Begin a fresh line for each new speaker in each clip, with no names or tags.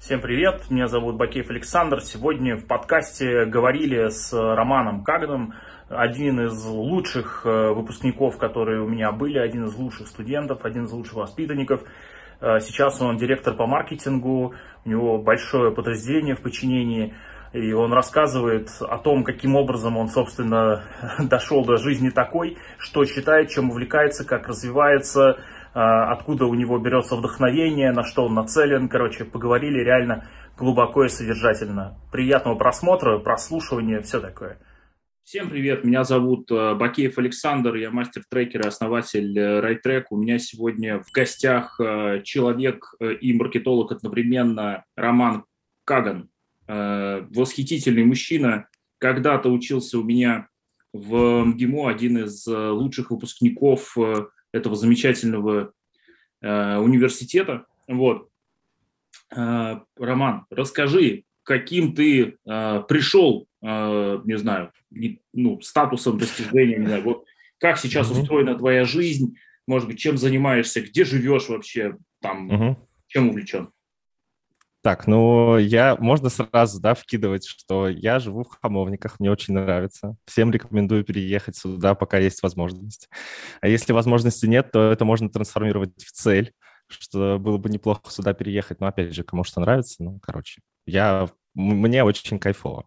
Всем привет, меня зовут Бакеев Александр. Сегодня в подкасте говорили с Романом Каганом, один из лучших выпускников, которые у меня были, один из лучших студентов, один из лучших воспитанников. Сейчас он директор по маркетингу, у него большое подразделение в подчинении, и он рассказывает о том, каким образом он, собственно, дошел до жизни такой, что читает, чем увлекается, как развивается, откуда у него берется вдохновение, на что он нацелен. Короче, поговорили реально глубоко и содержательно. Приятного просмотра, прослушивания, все такое. Всем привет, меня зовут Бакеев Александр, я мастер-трекер и основатель RideTrack. У меня сегодня в гостях человек и маркетолог одновременно Роман Каган. Восхитительный мужчина, когда-то учился у меня в МГИМО, один из лучших выпускников этого замечательного университета. Вот. Роман, расскажи, каким ты пришел, не знаю, статусом достижения, не знаю, вот как сейчас устроена твоя жизнь, может быть, чем занимаешься, где живешь вообще, там, чем увлечен?
Так, можно сразу, вкидывать, что я живу в Хамовниках, мне очень нравится. Всем рекомендую переехать сюда, пока есть возможность. А если возможности нет, то это можно трансформировать в цель, что было бы неплохо сюда переехать. Но опять же, кому что нравится, мне очень кайфово.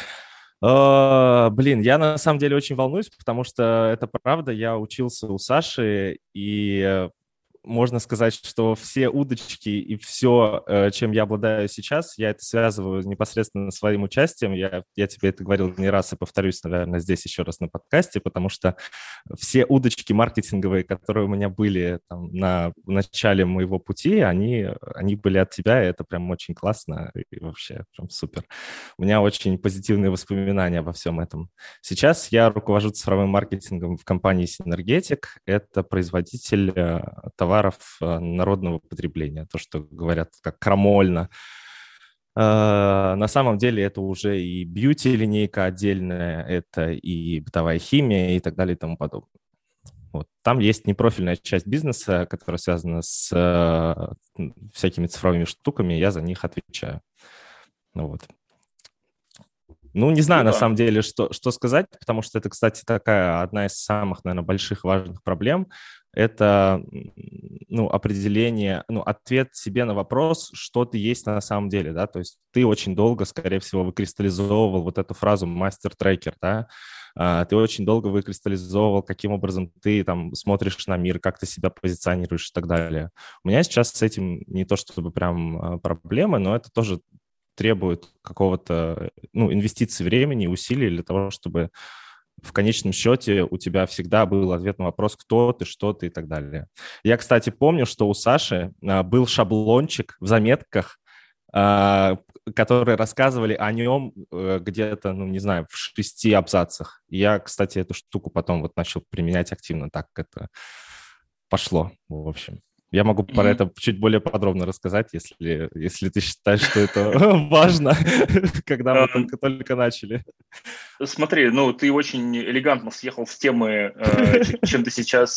Я на самом деле очень волнуюсь, потому что это правда, я учился у Саши, и можно сказать, что все удочки и все, чем я обладаю сейчас, я это связываю непосредственно своим участием. Я тебе это говорил не раз и повторюсь, наверное, здесь еще раз на подкасте, потому что все удочки маркетинговые, которые у меня были там, в начале моего пути, они были от тебя, и это прям очень классно и вообще прям супер. У меня очень позитивные воспоминания обо всем этом. Сейчас я руковожу цифровым маркетингом в компании Синергетик. Это производитель товаров народного потребления, то, что говорят как крамольно. На самом деле это уже и бьюти-линейка отдельная, это и бытовая химия и так далее и тому подобное. Вот. Там есть непрофильная часть бизнеса, которая связана с всякими цифровыми штуками, я за них отвечаю. Не знаю, на самом деле, что сказать, потому что это, кстати, такая одна из самых, наверное, больших важных проблем. Это, определение, ответ себе на вопрос, что ты есть на самом деле, да, то есть ты очень долго, скорее всего, выкристаллизовывал вот эту фразу «мастер-трекер», да, ты очень долго выкристаллизовывал, каким образом ты там смотришь на мир, как ты себя позиционируешь и так далее. У меня сейчас с этим не то чтобы прям проблемы, но это тоже требует какого-то, инвестиций времени, усилий для того, чтобы в конечном счете у тебя всегда был ответ на вопрос, кто ты, что ты и так далее. Я, кстати, помню, что у Саши был шаблончик в заметках, которые рассказывали о нем где-то, в 6 абзацах. Я, кстати, эту штуку потом начал применять активно, так это пошло, в общем. Я могу про это чуть более подробно рассказать, если ты считаешь, что это важно, когда мы только начали.
Смотри, ты очень элегантно съехал с темы, чем ты сейчас,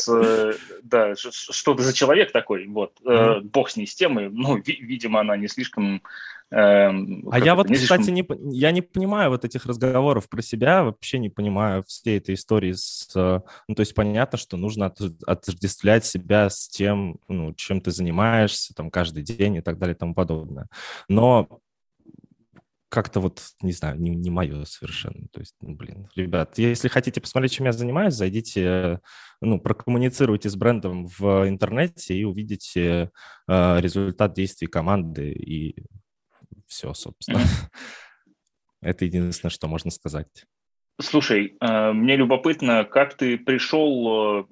что ты за человек такой, бог с ней с темой, видимо, она не слишком...
кстати, я не понимаю вот этих разговоров про себя, вообще не понимаю всей этой истории то есть понятно, что нужно отождествлять себя с тем, чем ты занимаешься там каждый день и так далее и тому подобное. Но как-то не знаю, не мое совершенно. То есть, ребят, если хотите посмотреть, чем я занимаюсь, зайдите, прокоммуницируйте с брендом в интернете и увидите результат действий команды и все, собственно. Это единственное, что можно сказать.
Слушай, мне любопытно, как ты пришел,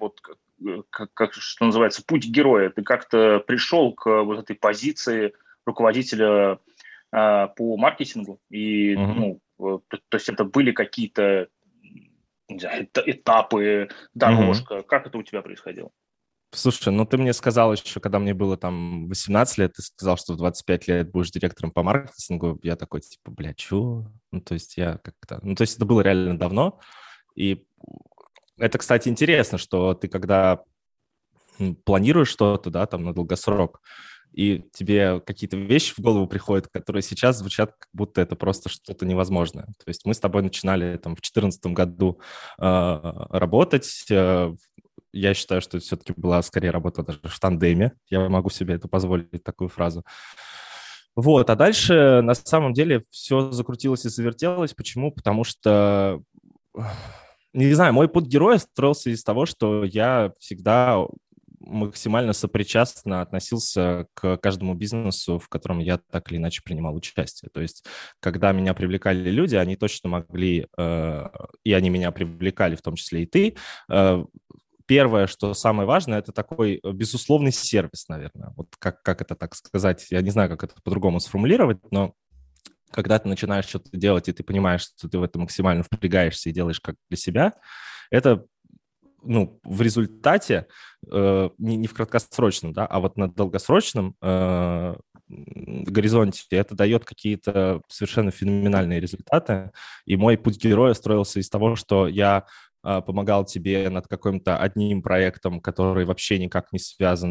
что называется, путь героя. Ты как-то пришел к этой позиции руководителя по маркетингу, и, то есть это были какие-то, не знаю, этапы, дорожка. Как это у тебя происходило?
Слушай, ты мне сказал еще, когда мне было там 18 лет, ты сказал, что в 25 лет будешь директором по маркетингу. Я такой, чё? То есть это было реально давно. И это, кстати, интересно, что ты когда планируешь что-то, да, там на долгосрок, и тебе какие-то вещи в голову приходят, которые сейчас звучат, как будто это просто что-то невозможное. То есть мы с тобой начинали там в 2014 году работать. Я считаю, что это все-таки была скорее работа даже в тандеме. Я могу себе это позволить, такую фразу. Вот, а дальше на самом деле все закрутилось и завертелось. Почему? Потому что, не знаю, мой путь героя строился из того, что я всегда максимально сопричастно относился к каждому бизнесу, в котором я так или иначе принимал участие. То есть, когда меня привлекали люди, они точно могли, и они меня привлекали, в том числе и ты. Первое, что самое важное, это такой безусловный сервис, наверное. Вот как это так сказать, я не знаю, как это по-другому сформулировать, но когда ты начинаешь что-то делать, и ты понимаешь, что ты в это максимально впрягаешься и делаешь как для себя, это, ну, в результате, не в краткосрочном, да, а вот на долгосрочном горизонте это дает какие-то совершенно феноменальные результаты. И мой путь героя строился из того, что я помогал тебе над каким-то одним проектом, который вообще никак не связан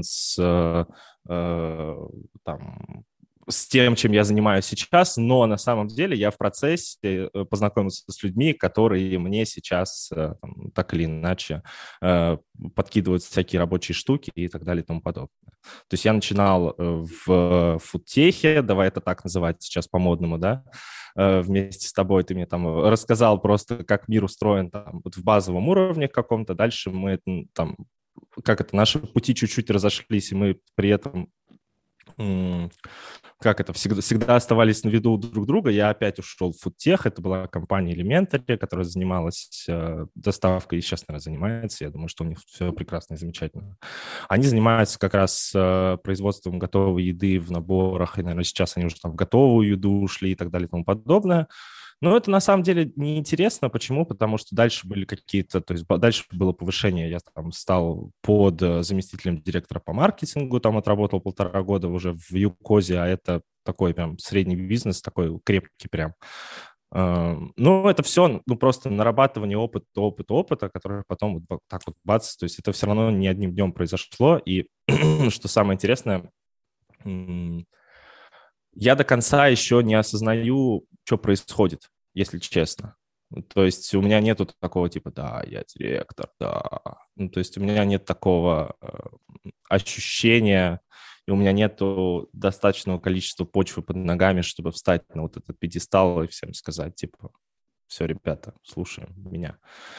там, с тем, чем я занимаюсь сейчас, но на самом деле я в процессе познакомился с людьми, которые мне сейчас там, так или иначе подкидывают всякие рабочие штуки и так далее и тому подобное. То есть я начинал в фудтехе, давай это так называть сейчас по-модному, да, вместе с тобой ты мне там рассказал просто, как мир устроен там, вот в базовом уровне каком-то, дальше мы там, как это, наши пути чуть-чуть разошлись, и мы при этом как это, всегда оставались на виду друг друга. Я опять ушел в фудтех. Это была компания Elementary, которая занималась доставкой и сейчас, наверное, занимается. Я думаю, что у них все прекрасно и замечательно. Они занимаются как раз производством готовой еды в наборах, и, наверное, сейчас они уже там в готовую еду ушли и так далее и тому подобное. Но это на самом деле неинтересно. Почему? Потому что дальше были какие-то, то есть дальше было повышение. Я там стал под заместителем директора по маркетингу, там отработал 1,5 года уже в Юкозе, а это такой прям средний бизнес, такой крепкий прям. Ну, это все, ну, просто нарабатывание опыта, который потом вот так вот бац, то есть это все равно не одним днем произошло. И что самое интересное, я до конца еще не осознаю, что происходит, если честно. То есть у меня нету такого типа, да, я директор, да. Ну, то есть у меня нет такого ощущения, и у меня нету достаточного количества почвы под ногами, чтобы встать на вот этот пьедестал и всем сказать, типа, все, ребята, слушаем меня.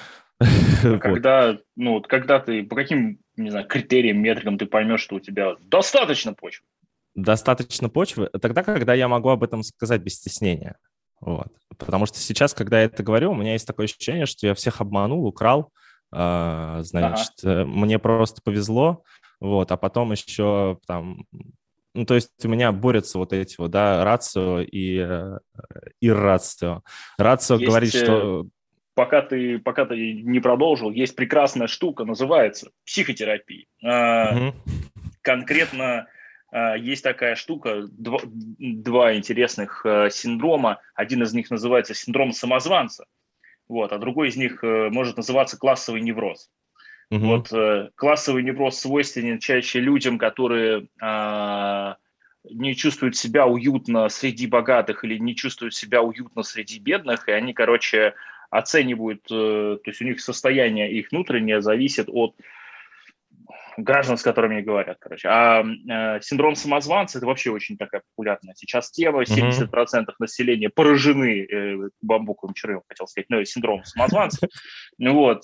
Когда, ну, вот когда ты, по каким, не знаю, критериям, метрикам ты поймешь, что у тебя достаточно почвы?
Достаточно почвы тогда, когда я могу об этом сказать без стеснения. Вот. Потому что сейчас, когда я это говорю, у меня есть такое ощущение, что я всех обманул, украл, значит, мне просто повезло, вот, а потом еще там, ну, то есть у меня борются вот эти вот, да, рацио и иррацио. Рацио говорит, что...
Пока ты не продолжил, есть прекрасная штука, называется психотерапия. Конкретно есть такая штука, два интересных синдрома. Один из них называется синдром самозванца, вот, а другой из них может называться классовый невроз. Вот классовый невроз свойственен чаще людям, которые не чувствуют себя уютно среди богатых или не чувствуют себя уютно среди бедных, и они, короче, оценивают, то есть у них состояние их внутреннее зависит от граждан, с которыми они говорят, короче. А синдром самозванца – это вообще очень такая популярная сейчас тема. 70% населения поражены бамбуковым червем, хотел сказать, но синдром самозванца. Вот.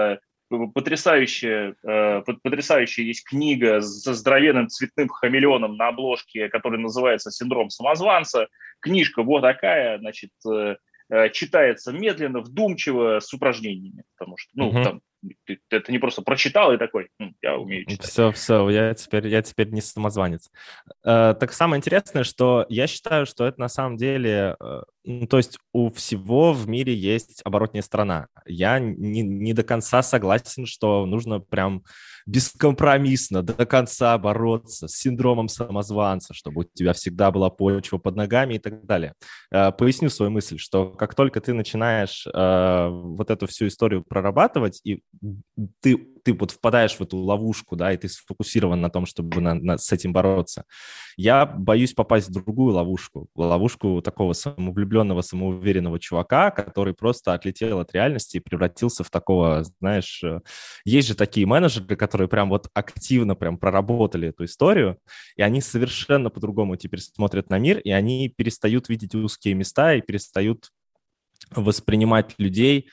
Потрясающая есть книга со здоровенным цветным хамелеоном на обложке, которая называется «Синдром самозванца». Книжка вот такая, значит, читается медленно, вдумчиво, с упражнениями, потому что, ну, там, ты это не просто прочитал и такой, я умею читать.
Все, я теперь не самозванец. Так самое интересное, что я считаю, что это на самом деле, то есть у всего в мире есть оборотная сторона. Я не до конца согласен, что нужно прям бескомпромиссно до конца бороться с синдромом самозванца, чтобы у тебя всегда была почва под ногами и так далее. Поясню свою мысль, что как только ты начинаешь вот эту всю историю прорабатывать, и ты вот впадаешь в эту ловушку, да, и ты сфокусирован на том, чтобы с этим бороться. Я боюсь попасть в другую ловушку, в ловушку такого самовлюбленного, самоуверенного чувака, который просто отлетел от реальности и превратился в такого, знаешь, есть же такие менеджеры, которые прям вот активно прям проработали эту историю, и они совершенно по-другому теперь смотрят на мир, и они перестают видеть узкие места и перестают воспринимать людей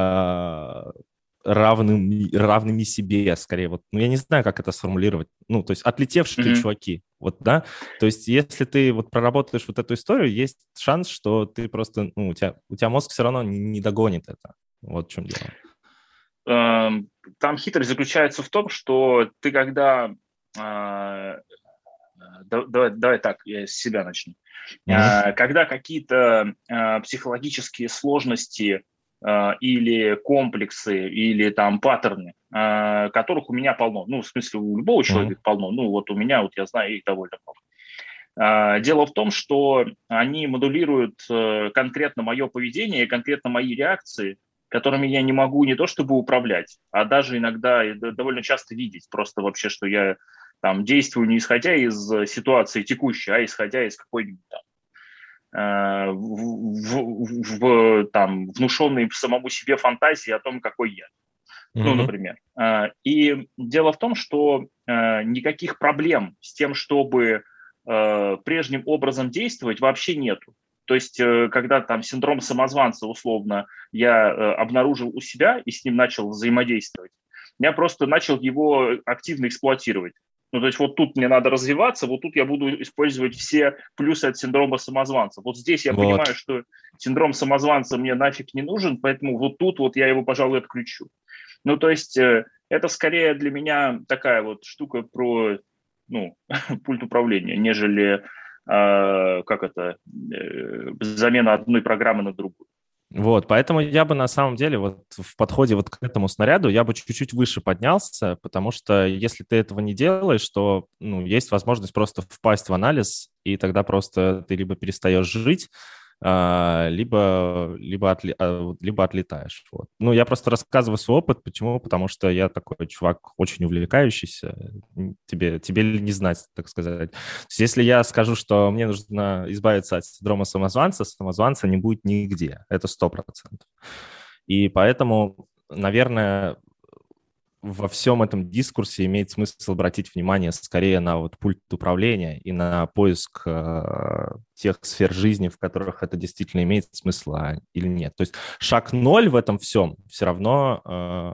равными себе, скорее. Вот, ну, я не знаю, как это сформулировать. Ну, то есть отлетевшие чуваки. Вот, да? То есть если ты вот проработаешь вот эту историю, есть шанс, что ты просто, ну, у тебя мозг все равно не догонит это. Вот в чем дело.
Там хитрость заключается в том, что ты когда... Давай так, я с себя начну. Когда какие-то психологические сложности или комплексы, или там паттерны, которых у меня полно. Ну, в смысле, у любого человека полно. Ну, вот у меня, вот я знаю, их довольно много. Дело в том, что они модулируют конкретно мое поведение, конкретно мои реакции, которыми я не могу не то чтобы управлять, а даже иногда довольно часто видеть. Просто вообще, что я там действую не исходя из ситуации текущей, а исходя из какой-нибудь там там, внушенной самому себе фантазии о том, какой я. Ну, например. И дело в том, что никаких проблем с тем, чтобы прежним образом действовать, вообще нету. То есть, когда там синдром самозванца, условно, я обнаружил у себя и с ним начал взаимодействовать, я просто начал его активно эксплуатировать. Ну, то есть вот тут мне надо развиваться, вот тут я буду использовать все плюсы от синдрома самозванца. Вот здесь я понимаю, что синдром самозванца мне нафиг не нужен, поэтому вот тут вот я его, пожалуй, отключу. Ну, то есть это скорее для меня такая вот штука про, ну, пульт управления, нежели, замена одной программы на другую.
Вот, поэтому я бы на самом деле вот в подходе вот к этому снаряду я бы чуть-чуть выше поднялся, потому что если ты этого не делаешь, то, ну, есть возможность просто впасть в анализ, и тогда просто ты либо перестаешь жить, либо отлетаешь. Вот. Ну, я просто рассказываю свой опыт. Почему? Потому что я такой чувак очень увлекающийся. Тебе ли не знать, так сказать. То есть, если я скажу, что мне нужно избавиться от синдрома самозванца не будет нигде. Это 100%. И поэтому, наверное, во всем этом дискурсе имеет смысл обратить внимание скорее на вот пульт управления и на поиск тех сфер жизни, в которых это действительно имеет смысл или нет. То есть шаг 0 в этом всем все равно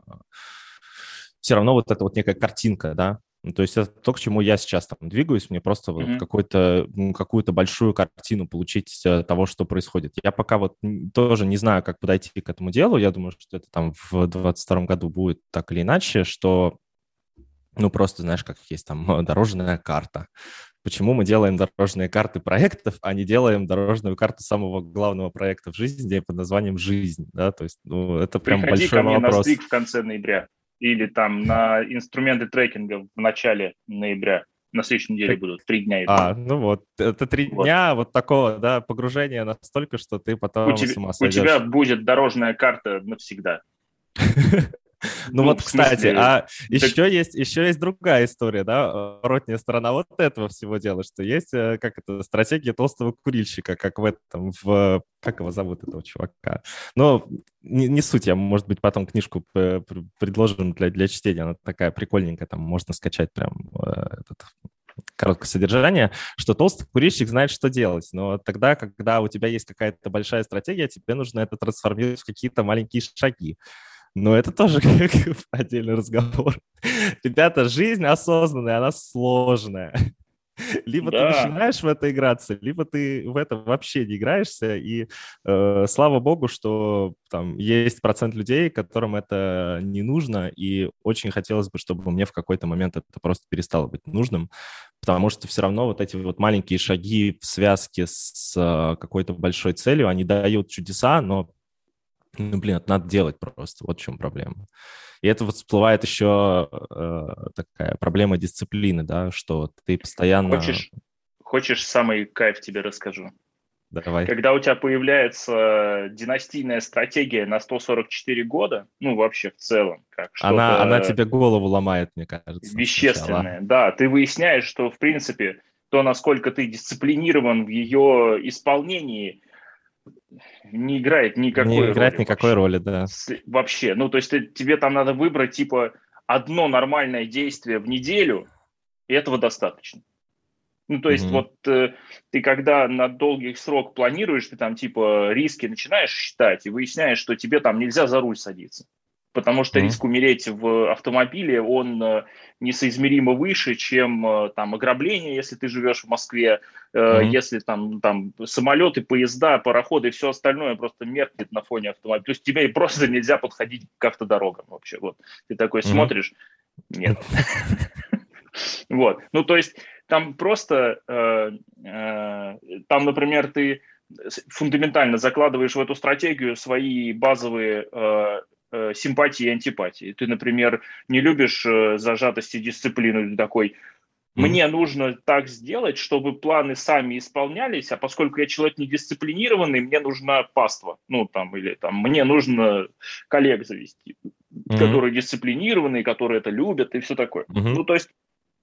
вот эта вот некая картинка, да. То есть это то, к чему я сейчас там двигаюсь, мне просто вот какую-то большую картину получить того, что происходит. Я пока вот тоже не знаю, как подойти к этому делу. Я думаю, что это там в 2022 году будет так или иначе, что, ну, просто, знаешь, как есть там дорожная карта. Почему мы делаем дорожные карты проектов, а не делаем дорожную карту самого главного проекта в жизни под названием «Жизнь», да? То есть, ну, это прям
большой вопрос. Приходи ко мне на стриг в конце ноября. Или там на инструменты трекинга в начале ноября. На следующей неделе будут 3 дня.
Ну вот, это 3 дня вот такого, да, погружения настолько, что ты потом с ума сойдешь.
У тебя будет дорожная карта навсегда.
Ну вот, кстати, еще есть другая история, да, оборотная сторона вот этого всего дела, что есть, стратегия толстого курильщика, как в этом, как его зовут, этого чувака. Но не суть, я, может быть, потом книжку предложим для чтения, она такая прикольненькая, там можно скачать прям короткое содержание, что толстый курильщик знает, что делать. Но тогда, когда у тебя есть какая-то большая стратегия, тебе нужно это трансформировать в какие-то маленькие шаги. Но это тоже как отдельный разговор. Ребята, жизнь осознанная, она сложная. Либо ты начинаешь в это играться, либо ты в это вообще не играешься. И слава богу, что там есть процент людей, которым это не нужно. И очень хотелось бы, чтобы мне в какой-то момент это просто перестало быть нужным. Потому что все равно вот эти вот маленькие шаги в связке с какой-то большой целью, они дают чудеса, но ну, блин, это надо делать просто. Вот в чем проблема. И это вот всплывает еще такая проблема дисциплины, да, что ты постоянно...
Хочешь самый кайф тебе расскажу?
Давай.
Когда у тебя появляется династийная стратегия на 144 года, ну, вообще в целом, как
Она
что-то
тебе голову ломает, мне кажется, сначала.
вещественное, да, ты выясняешь, что, в принципе, то, насколько ты дисциплинирован в ее исполнении, не играет
Не
никакой
играет
роли
никакой
вообще.
роли, да.
Вообще. Ну, то есть тебе там надо выбрать, типа, одно нормальное действие в неделю, и этого достаточно. Ну, то есть
Мгм.
вот ты когда на долгий срок планируешь, ты там типа риски начинаешь считать и выясняешь, что тебе там нельзя за руль садиться. Потому что
Мгм.
риск умереть в автомобиле, он несоизмеримо выше, чем там ограбление, если ты живешь в Москве,
Мгм.
если там самолеты, поезда, пароходы и все остальное просто меркнет на фоне автомобиля. То есть тебе просто нельзя подходить к автодорогам вообще. Вот. Ты такой
Мгм.
смотришь, нет. Вот. Ну, то есть там просто, там, например, ты фундаментально закладываешь в эту стратегию свои базовые симпатии и антипатии. Ты, например, не любишь зажатость и дисциплину, ты такой,
Мгм.
мне нужно так сделать, чтобы планы сами исполнялись, а поскольку я человек недисциплинированный, мне нужна паства. Ну, там, или там, мне нужно коллег завести,
Мгм.
которые дисциплинированные, которые это любят и все такое.
Мгм.
Ну, то есть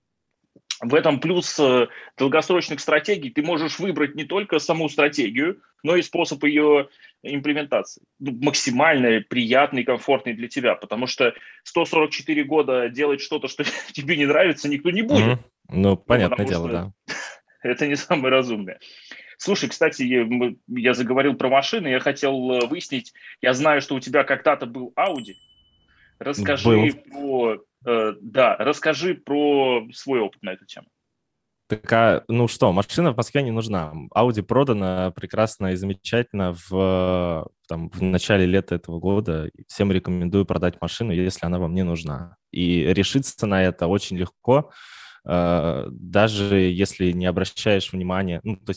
в этом плюс долгосрочных стратегий. Ты можешь выбрать не только саму стратегию, но и способ ее имплементации. Ну, максимально приятный и комфортный для тебя, потому что 144 года делать что-то, что тебе не нравится, никто не будет.
Мгм. Ну,
Ну,
понятное
потому
дело,
что
да.
это не самое разумное. Слушай, кстати, я заговорил про машины, я хотел выяснить, я знаю, что у тебя когда-то был Audi.
Был.
Расскажи про свой опыт на эту тему.
Так, ну что, машина в Москве не нужна. Audi продана прекрасно и замечательно в начале лета этого года. Всем рекомендую продать машину, если она вам не нужна. И решиться на это очень легко, даже если не обращаешь внимания. Ну, то есть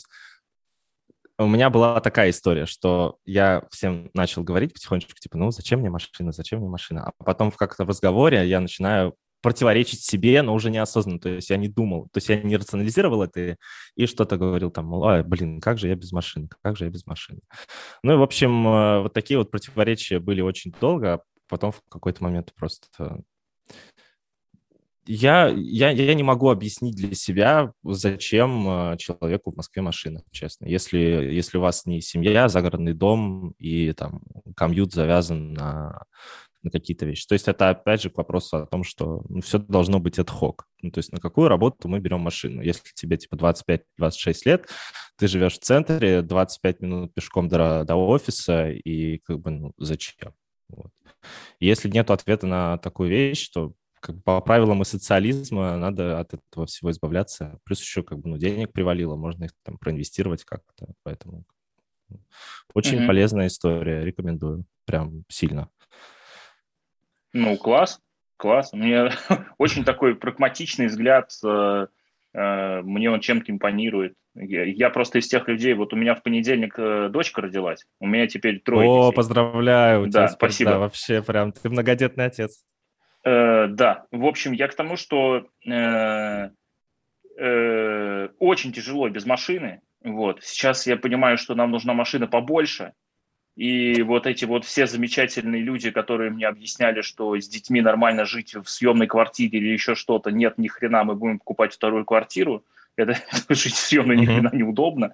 у меня была такая история, что я всем начал говорить потихонечку, типа, ну, зачем мне машина? А потом как-то в разговоре я начинаю противоречить себе, но уже неосознанно, то есть я не думал, то есть я не рационализировал это и что-то говорил там, мол, блин, как же я без машины, как же я без машины. Ну и, в общем, вот такие вот противоречия были очень долго, а потом в какой-то момент просто я не могу объяснить для себя, зачем человеку в Москве машина, честно. Если у вас не семья, загородный дом и там комьют завязан на какие-то вещи. То есть это опять же к вопросу о том, что все должно быть ad hoc. Ну, то есть на какую работу мы берем машину? Если тебе типа 25-26 лет, ты живешь в центре, 25 минут пешком до офиса, и как бы, ну, зачем? Вот. Если нет ответа на такую вещь, то как бы по правилам и социализма надо от этого всего избавляться. Плюс еще как бы, ну, денег привалило, можно их там проинвестировать как-то. Поэтому очень
Мгм.
полезная история, рекомендую. Прям сильно.
Ну, класс, класс. Мне очень такой прагматичный взгляд, мне он чем-то импонирует. Я просто из тех людей, вот у меня в понедельник дочка родилась, у меня теперь трое
О,
детей.
поздравляю, у тебя
Да,
теперь, да,
спасибо.
вообще прям, ты многодетный отец.
Да, в общем, я к тому, что очень тяжело без машины. Вот. Сейчас я понимаю, что нам нужна машина побольше, и вот эти вот все замечательные люди, которые мне объясняли, что с детьми нормально жить в съемной квартире или еще что-то, нет, ни хрена, мы будем покупать вторую квартиру, это жить в съемной ни
Мгм.
хрена неудобно.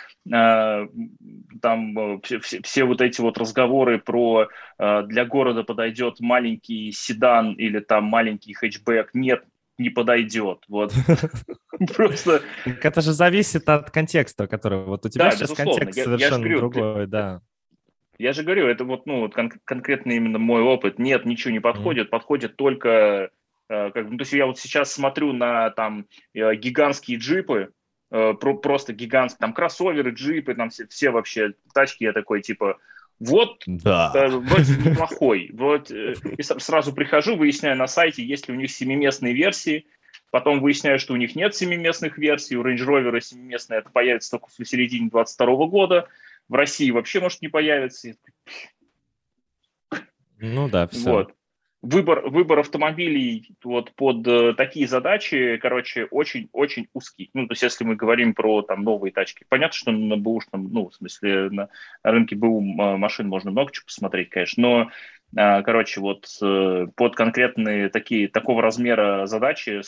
Там все вот эти вот разговоры про для города подойдет маленький седан или там маленький хэтчбэк, нет, не подойдет. Вот просто,
Так это же зависит от контекста, который... Вот у тебя
да,
сейчас
безусловно.
контекст
Я же
совершенно
говорю,
другой, да.
я же говорю, это вот, ну, вот конкретно именно мой опыт. Нет, ничего не
Мгм.
подходит. Подходит только, как бы, ну, то есть я вот сейчас смотрю на там гигантские джипы, просто гигантские, там кроссоверы, джипы, там все вообще тачки. Я такой, типа, вот
Да.
вроде неплохой. Вот, и сразу прихожу, выясняю на сайте, есть ли у них семиместные версии. Потом выясняю, что у них нет семиместных версий. У Range Rover семиместная это появится только в середине 2022 года. В России вообще может не появиться.
Ну да, все.
Вот. выбор автомобилей вот под такие задачи, короче, очень-очень узкий. Ну, то есть, если мы говорим про там новые тачки, понятно, что на бэушном, ну, в смысле, на рынке БУ машин можно много чего посмотреть, конечно, но, короче, вот под конкретные такого размера задачи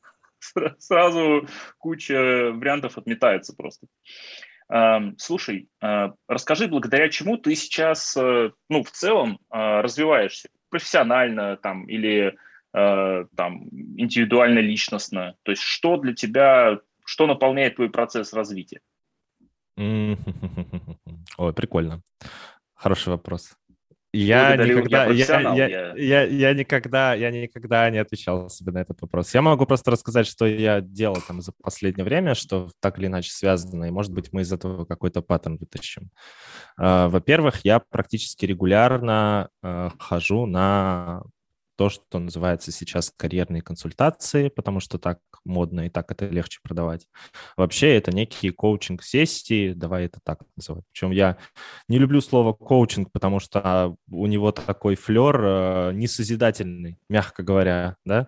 сразу куча вариантов отметается просто. Слушай, расскажи, благодаря чему ты сейчас, ну, в целом развиваешься профессионально там или там индивидуально, личностно? То есть что для тебя, что наполняет твой процесс развития?
Ой, прикольно. Хороший вопрос. Я
Благодарю, я
никогда,
профессионал.
я никогда не отвечал себе на этот вопрос. Я могу просто рассказать, что я делал там за последнее время, что так или иначе связано, и, может быть, мы из этого какой-то паттерн вытащим. Во-первых, я практически регулярно хожу на то, что называется сейчас карьерные консультации, потому что так модно и так это легче продавать. Вообще это некие коучинг-сессии, давай это так называть. Причем я не люблю слово коучинг, потому что у него такой флер несозидательный, мягко говоря, да.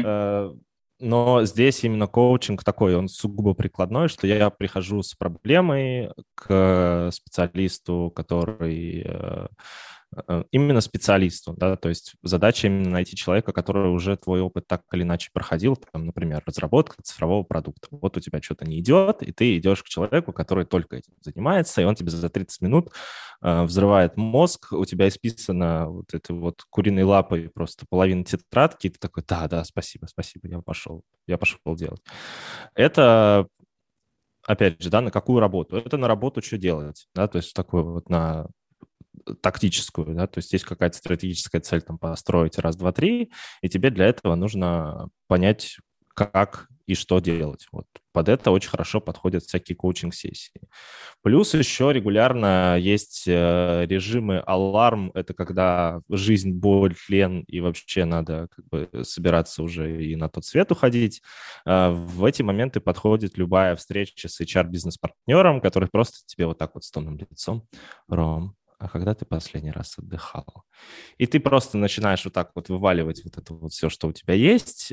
Но здесь именно коучинг такой, он сугубо прикладной, что я прихожу с проблемой к специалисту, который именно специалисту, да, то есть задача именно найти человека, который уже твой опыт так или иначе проходил, там, например, разработка цифрового продукта. Вот у тебя что-то не идет, и ты идешь к человеку, который только этим занимается, и он тебе за 30 минут взрывает мозг, у тебя исписано вот этой вот куриной лапой просто половина тетрадки, и ты такой, да, спасибо, я пошел делать. Это, опять же, да, на какую работу? Это на работу что делать, да, то есть такой вот на тактическую, да, то есть есть какая-то стратегическая цель там построить раз, два, три, и тебе для этого нужно понять, как и что делать. Вот под это очень хорошо подходят всякие коучинг-сессии. Плюс еще регулярно есть режимы аларм, это когда жизнь, боль, тлен, и вообще надо как бы собираться уже и на тот свет уходить. В эти моменты подходит любая встреча с HR-бизнес-партнером, который просто тебе вот так вот с томным лицом: Ром, а когда ты последний раз отдыхал? И ты просто начинаешь вот так вот вываливать вот это вот все, что у тебя есть.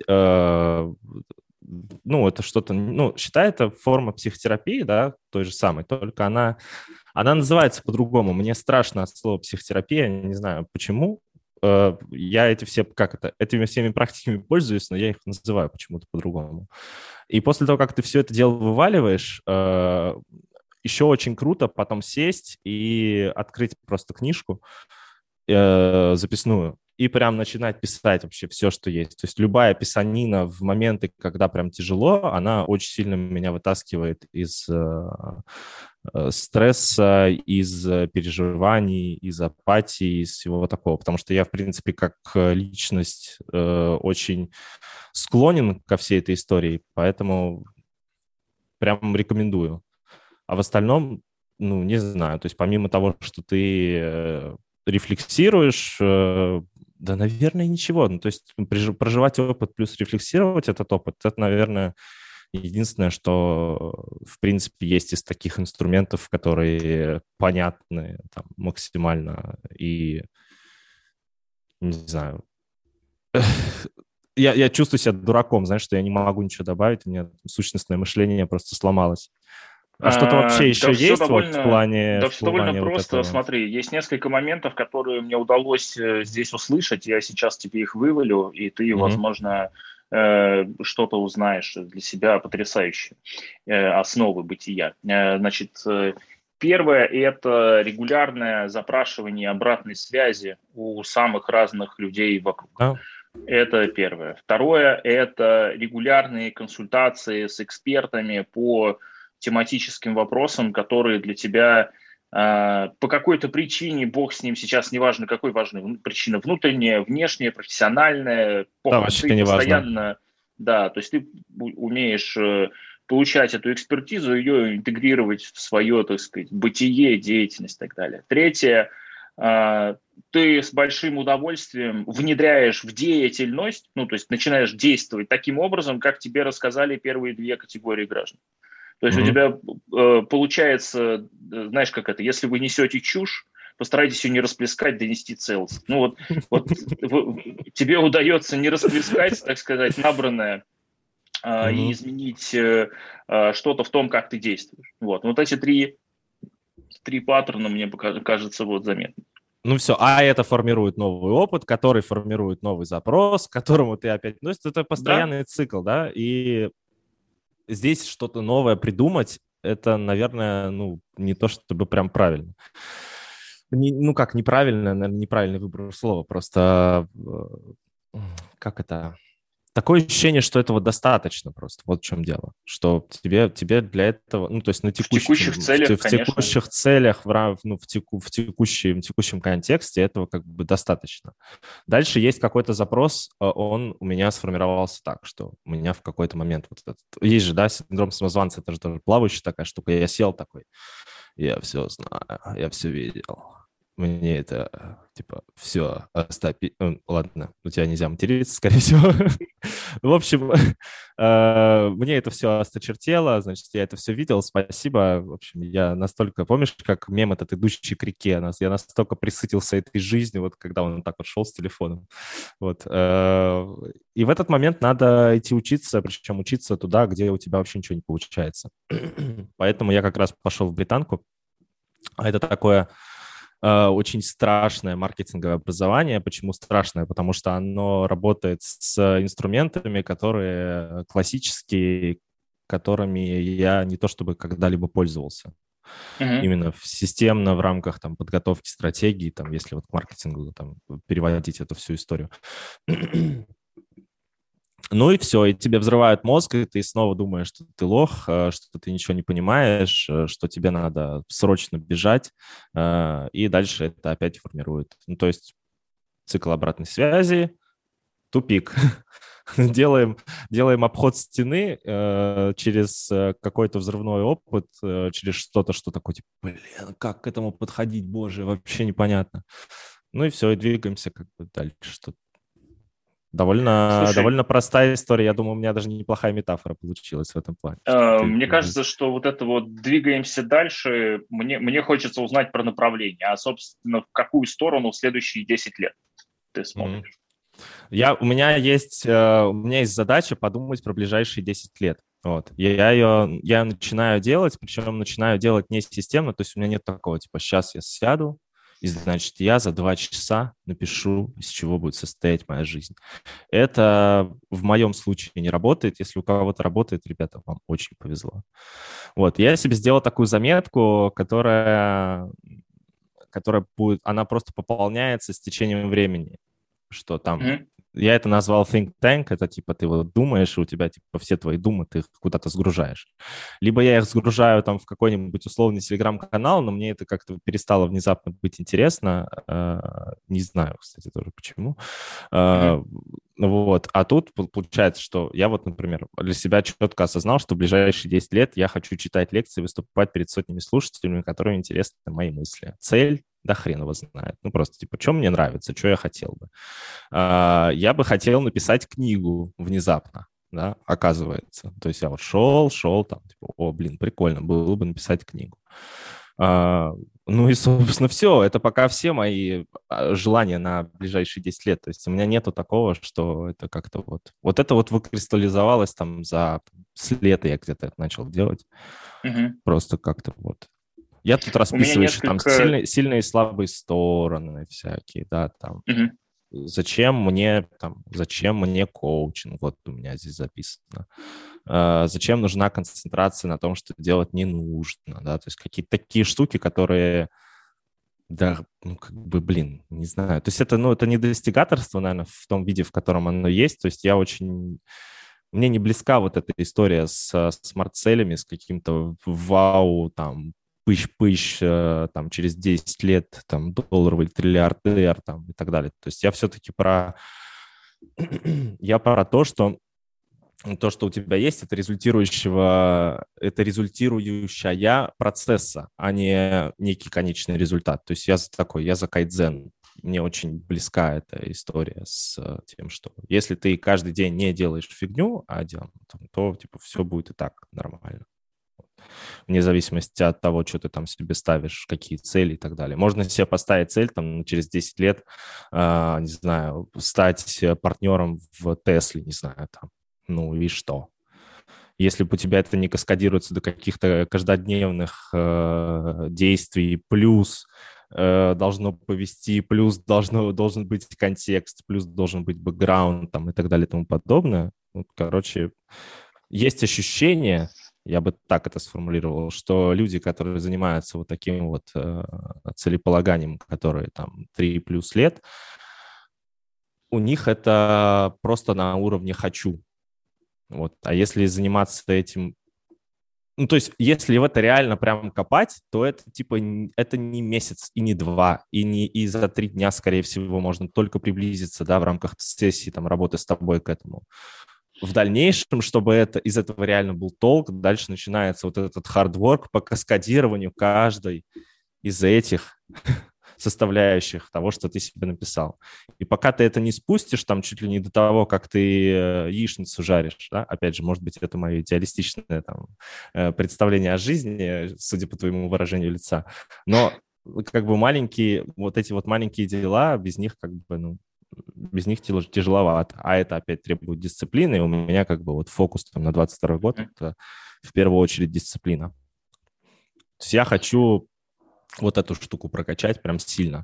Ну, это что-то, ну, считай, это форма психотерапии, да, той же самой, только она называется по-другому. Мне страшно от слова психотерапия, не знаю почему. Я этими всеми практиками пользуюсь, но я их называю почему-то по-другому. И после того, как ты все это дело вываливаешь, еще очень круто потом сесть и открыть просто книжку записную и прям начинать писать вообще все, что есть. То есть любая писанина в моменты, когда прям тяжело, она очень сильно меня вытаскивает из стресса, из переживаний, из апатии, из всего такого. Потому что я, в принципе, как личность очень склонен ко всей этой истории, поэтому прям рекомендую. А в остальном, ну, не знаю, то есть помимо того, что ты рефлексируешь, да, наверное, ничего. Ну, то есть проживать опыт плюс рефлексировать этот опыт, это, наверное, единственное, что, в принципе, есть из таких инструментов, которые понятны там, максимально и, не знаю, я чувствую себя дураком, знаешь, что я не могу ничего добавить, у меня сущностное мышление просто сломалось. А что-то вообще еще
все
есть
довольно,
вот в плане,
все довольно
вот
просто.
этого?
Смотри, есть несколько моментов, которые мне удалось здесь услышать. Я сейчас тебе их вывалю, и ты, возможно, что-то узнаешь для себя потрясающее. Основы бытия. Значит, первое – это регулярное запрашивание обратной связи у самых разных людей вокруг.
Да.
Это первое. Второе – это регулярные консультации с экспертами по тематическим вопросам, которые для тебя по какой-то причине, бог с ним сейчас, неважно какой, важна причина внутренняя, внешняя, профессиональная,
Да, вообще
ты
не
постоянно,
важно.
да, то есть ты умеешь получать эту экспертизу, ее интегрировать в свое, так сказать, бытие, деятельность и так далее. Третье, ты с большим удовольствием внедряешь в деятельность, ну, то есть начинаешь действовать таким образом, как тебе рассказали первые две категории граждан. То есть у тебя получается, знаешь, как это, если вы несете чушь, постарайтесь ее не расплескать, донести целостность. Ну вот тебе удается не расплескать, так сказать, набранное и изменить что-то в том, как ты действуешь. Вот эти три паттерна, мне кажется, вот заметны.
Ну все, а это формирует новый опыт, который формирует новый запрос, к которому ты опять... Ну, это постоянный цикл, да, и здесь что-то новое придумать, это, наверное, ну, не то чтобы прям правильно. Ну как, неправильно, наверное, неправильный выбор слова, просто как это... Такое ощущение, что этого достаточно просто. Вот в чем дело. Что тебе для этого, ну, то есть на
текущих целях,
в текущих целях, в текущем контексте этого как бы достаточно. Дальше есть какой-то запрос, он у меня сформировался так, что у меня в какой-то момент вот этот... Есть же, да, синдром самозванца, это же тоже плавающая такая штука. Я сел такой, я все знаю, я все видел. Мне это, типа, все, оставь. Ладно, у тебя нельзя материться, скорее всего. В общем, мне это все осточертело, значит, я это все видел, спасибо. В общем, я настолько, помнишь, как мем этот «Идущий к реке», я настолько присытился этой жизнью, вот когда он так вот шел с телефоном. Вот. И в этот момент надо идти учиться, причем учиться туда, где у тебя вообще ничего не получается. Поэтому я как раз пошел в британку. А это такое... очень страшное маркетинговое образование. Почему страшное? Потому что оно работает с инструментами, которые классические, которыми я не то чтобы когда-либо пользовался. Именно системно в рамках там, подготовки стратегии, там, если вот к маркетингу там, переводить эту всю историю. Ну и все, и тебе взрывают мозг, и ты снова думаешь, что ты лох, что ты ничего не понимаешь, что тебе надо срочно бежать, и дальше это опять формирует. Ну, то есть цикл обратной связи, тупик. Делаем обход стены через какой-то взрывной опыт, через что-то, что такое, типа, блин, как к этому подходить, боже, вообще непонятно. Ну и все, и двигаемся как бы дальше, что довольно простая история. Я думаю, у меня даже неплохая метафора получилась в этом плане.
Мне кажется, что вот это вот двигаемся дальше, мне хочется узнать про направление, а, собственно, в какую сторону в следующие 10 лет ты смотришь?
У меня есть задача подумать про ближайшие 10 лет. Вот. Я начинаю делать, причем начинаю делать не системно, то есть у меня нет такого, типа, сейчас я сяду, и, значит, я за 2 часа напишу, из чего будет состоять моя жизнь. Это в моем случае не работает. Если у кого-то работает, ребята, вам очень повезло. Вот, я себе сделал такую заметку, которая будет, она просто пополняется с течением времени, что там... Я это назвал think tank, это типа ты вот думаешь, и у тебя типа все твои думы ты их куда-то сгружаешь. Либо я их сгружаю там в какой-нибудь условный телеграм-канал, но мне это как-то перестало внезапно быть интересно. Не знаю, кстати, тоже почему. Вот. А тут получается, что я вот, например, для себя четко осознал, что в ближайшие 10 лет я хочу читать лекции, выступать перед сотнями слушателями, которым интересны мои мысли. Цель? Да хрен его знает. Ну, просто, типа, что мне нравится, что я хотел бы. Я бы хотел написать книгу внезапно, да, оказывается. То есть я вот шел, там, типа, о, блин, прикольно было бы написать книгу. Ну и, собственно, все. Это пока все мои желания на ближайшие 10 лет. То есть у меня нету такого, что это как-то вот... Вот это вот выкристаллизовалось там с лета я где-то это начал делать. Просто как-то вот... Я тут расписываю еще там сильные и слабые стороны всякие, да, там. Зачем мне коучинг, вот у меня здесь записано. Зачем нужна концентрация на том, что делать не нужно, да, то есть какие-то такие штуки, которые, да, ну, как бы, блин, не знаю. То есть это не достигаторство, наверное, в том виде, в котором оно есть, то есть мне не близка вот эта история с смарт-целями, с каким-то вау, там, пыщ-пыщ, там, через 10 лет, там, долларовый триллиардер, там, и так далее. То есть я все-таки про то, что у тебя есть, это результирующая процесса, а не некий конечный результат. То есть я за кайдзен. Мне очень близка эта история с тем, что если ты каждый день не делаешь фигню, то типа все будет и так нормально. вне зависимости от того, что ты там себе ставишь, какие цели и так далее. Можно себе поставить цель там через 10 лет, не знаю, стать партнером в Тесле, не знаю, там, ну и что? Если бы у тебя это не каскадируется до каких-то каждодневных действий, плюс должно повести, плюс должен быть контекст, плюс должен быть бэкграунд там, и так далее и тому подобное. Вот, короче, есть ощущение, я бы так это сформулировал, что люди, которые занимаются вот таким вот целеполаганием, которые там 3+ лет, у них это просто на уровне «хочу». Вот. А если заниматься этим... Ну, то есть, если в это реально прям копать, то это, типа, это не месяц и не 2, и за 3 дня, скорее всего, можно только приблизиться, да, в рамках сессии, там, работы с тобой к этому. В дальнейшем, чтобы из этого реально был толк, дальше начинается вот этот хардворк по каскадированию каждой из этих составляющих того, что ты себе написал. И пока ты это не спустишь, там чуть ли не до того, как ты яичницу жаришь, да, опять же, может быть, это мое идеалистичное там представление о жизни, судя по твоему выражению лица, но как бы вот эти вот маленькие дела, без них как бы, ну, без них тяжеловато. А это опять требует дисциплины, и у меня как бы вот фокус там на 22 год, это в первую очередь дисциплина. То есть я хочу вот эту штуку прокачать прям сильно.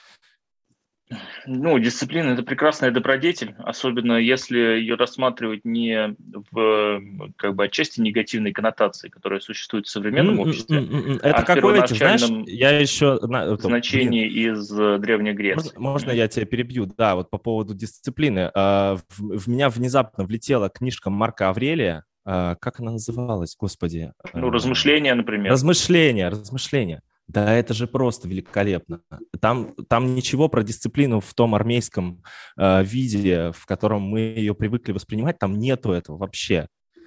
Ну, дисциплина – это прекрасная добродетель, особенно если ее рассматривать не в, как бы, отчасти негативной коннотации, которая существует в современном обществе,
это
а в
какое-то, знаешь,
первоначальном
я еще...
значении из Древней Греции.
Можно я тебя перебью? Да, вот по поводу дисциплины. В меня внезапно влетела книжка Марка Аврелия. Как она называлась, господи?
Ну, размышления, например.
Размышления. Да, это же просто великолепно. Там ничего про дисциплину в том армейском виде, в котором мы ее привыкли воспринимать, там нету этого вообще.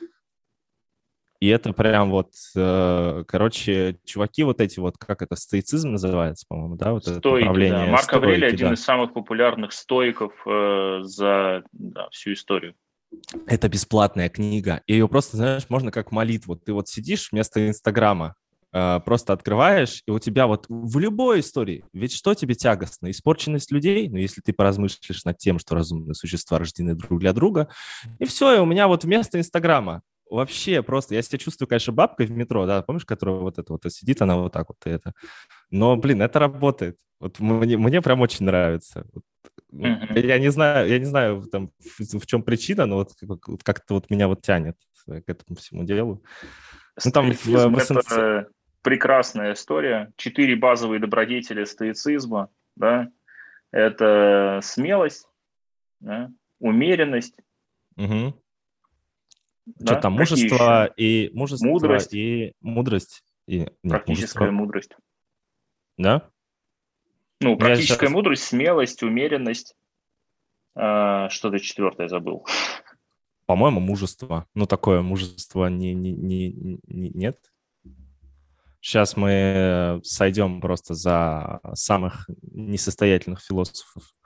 И это прям вот, короче, чуваки вот эти вот, как это, стоицизм называется, по-моему, да? Вот
Стойки,
это направление.
да. Марк Аврелий один
да.
из самых популярных стоиков за всю историю.
Это бесплатная книга. И ее просто, знаешь, можно как молитву. Ты вот сидишь вместо Инстаграма, просто открываешь, и у тебя вот в любой истории, ведь что тебе тягостно? Испорченность людей? Ну, если ты поразмыслишь над тем, что разумные существа рождены друг для друга, и все, и у меня вот вместо Инстаграма вообще просто, я себя чувствую, конечно, бабкой в метро, да, помнишь, которая вот это вот сидит, она вот так вот и это. Но, блин, это работает. Вот мне прям очень нравится. Я не знаю там, в чем причина, но вот как-то вот меня вот тянет к этому всему делу.
Ну, там это прекрасная история. 4 базовые добродетели стоицизма, да, это смелость, да, умеренность,
угу.
Да?
Что там, мужество и
мудрость.
И мудрость.
Практическая мудрость.
Да?
Ну, практическая мудрость, смелость, умеренность. Что-то 4-е забыл.
По-моему, мужество. Ну, такое мужество нет. Сейчас мы сойдем просто за самых несостоятельных философов.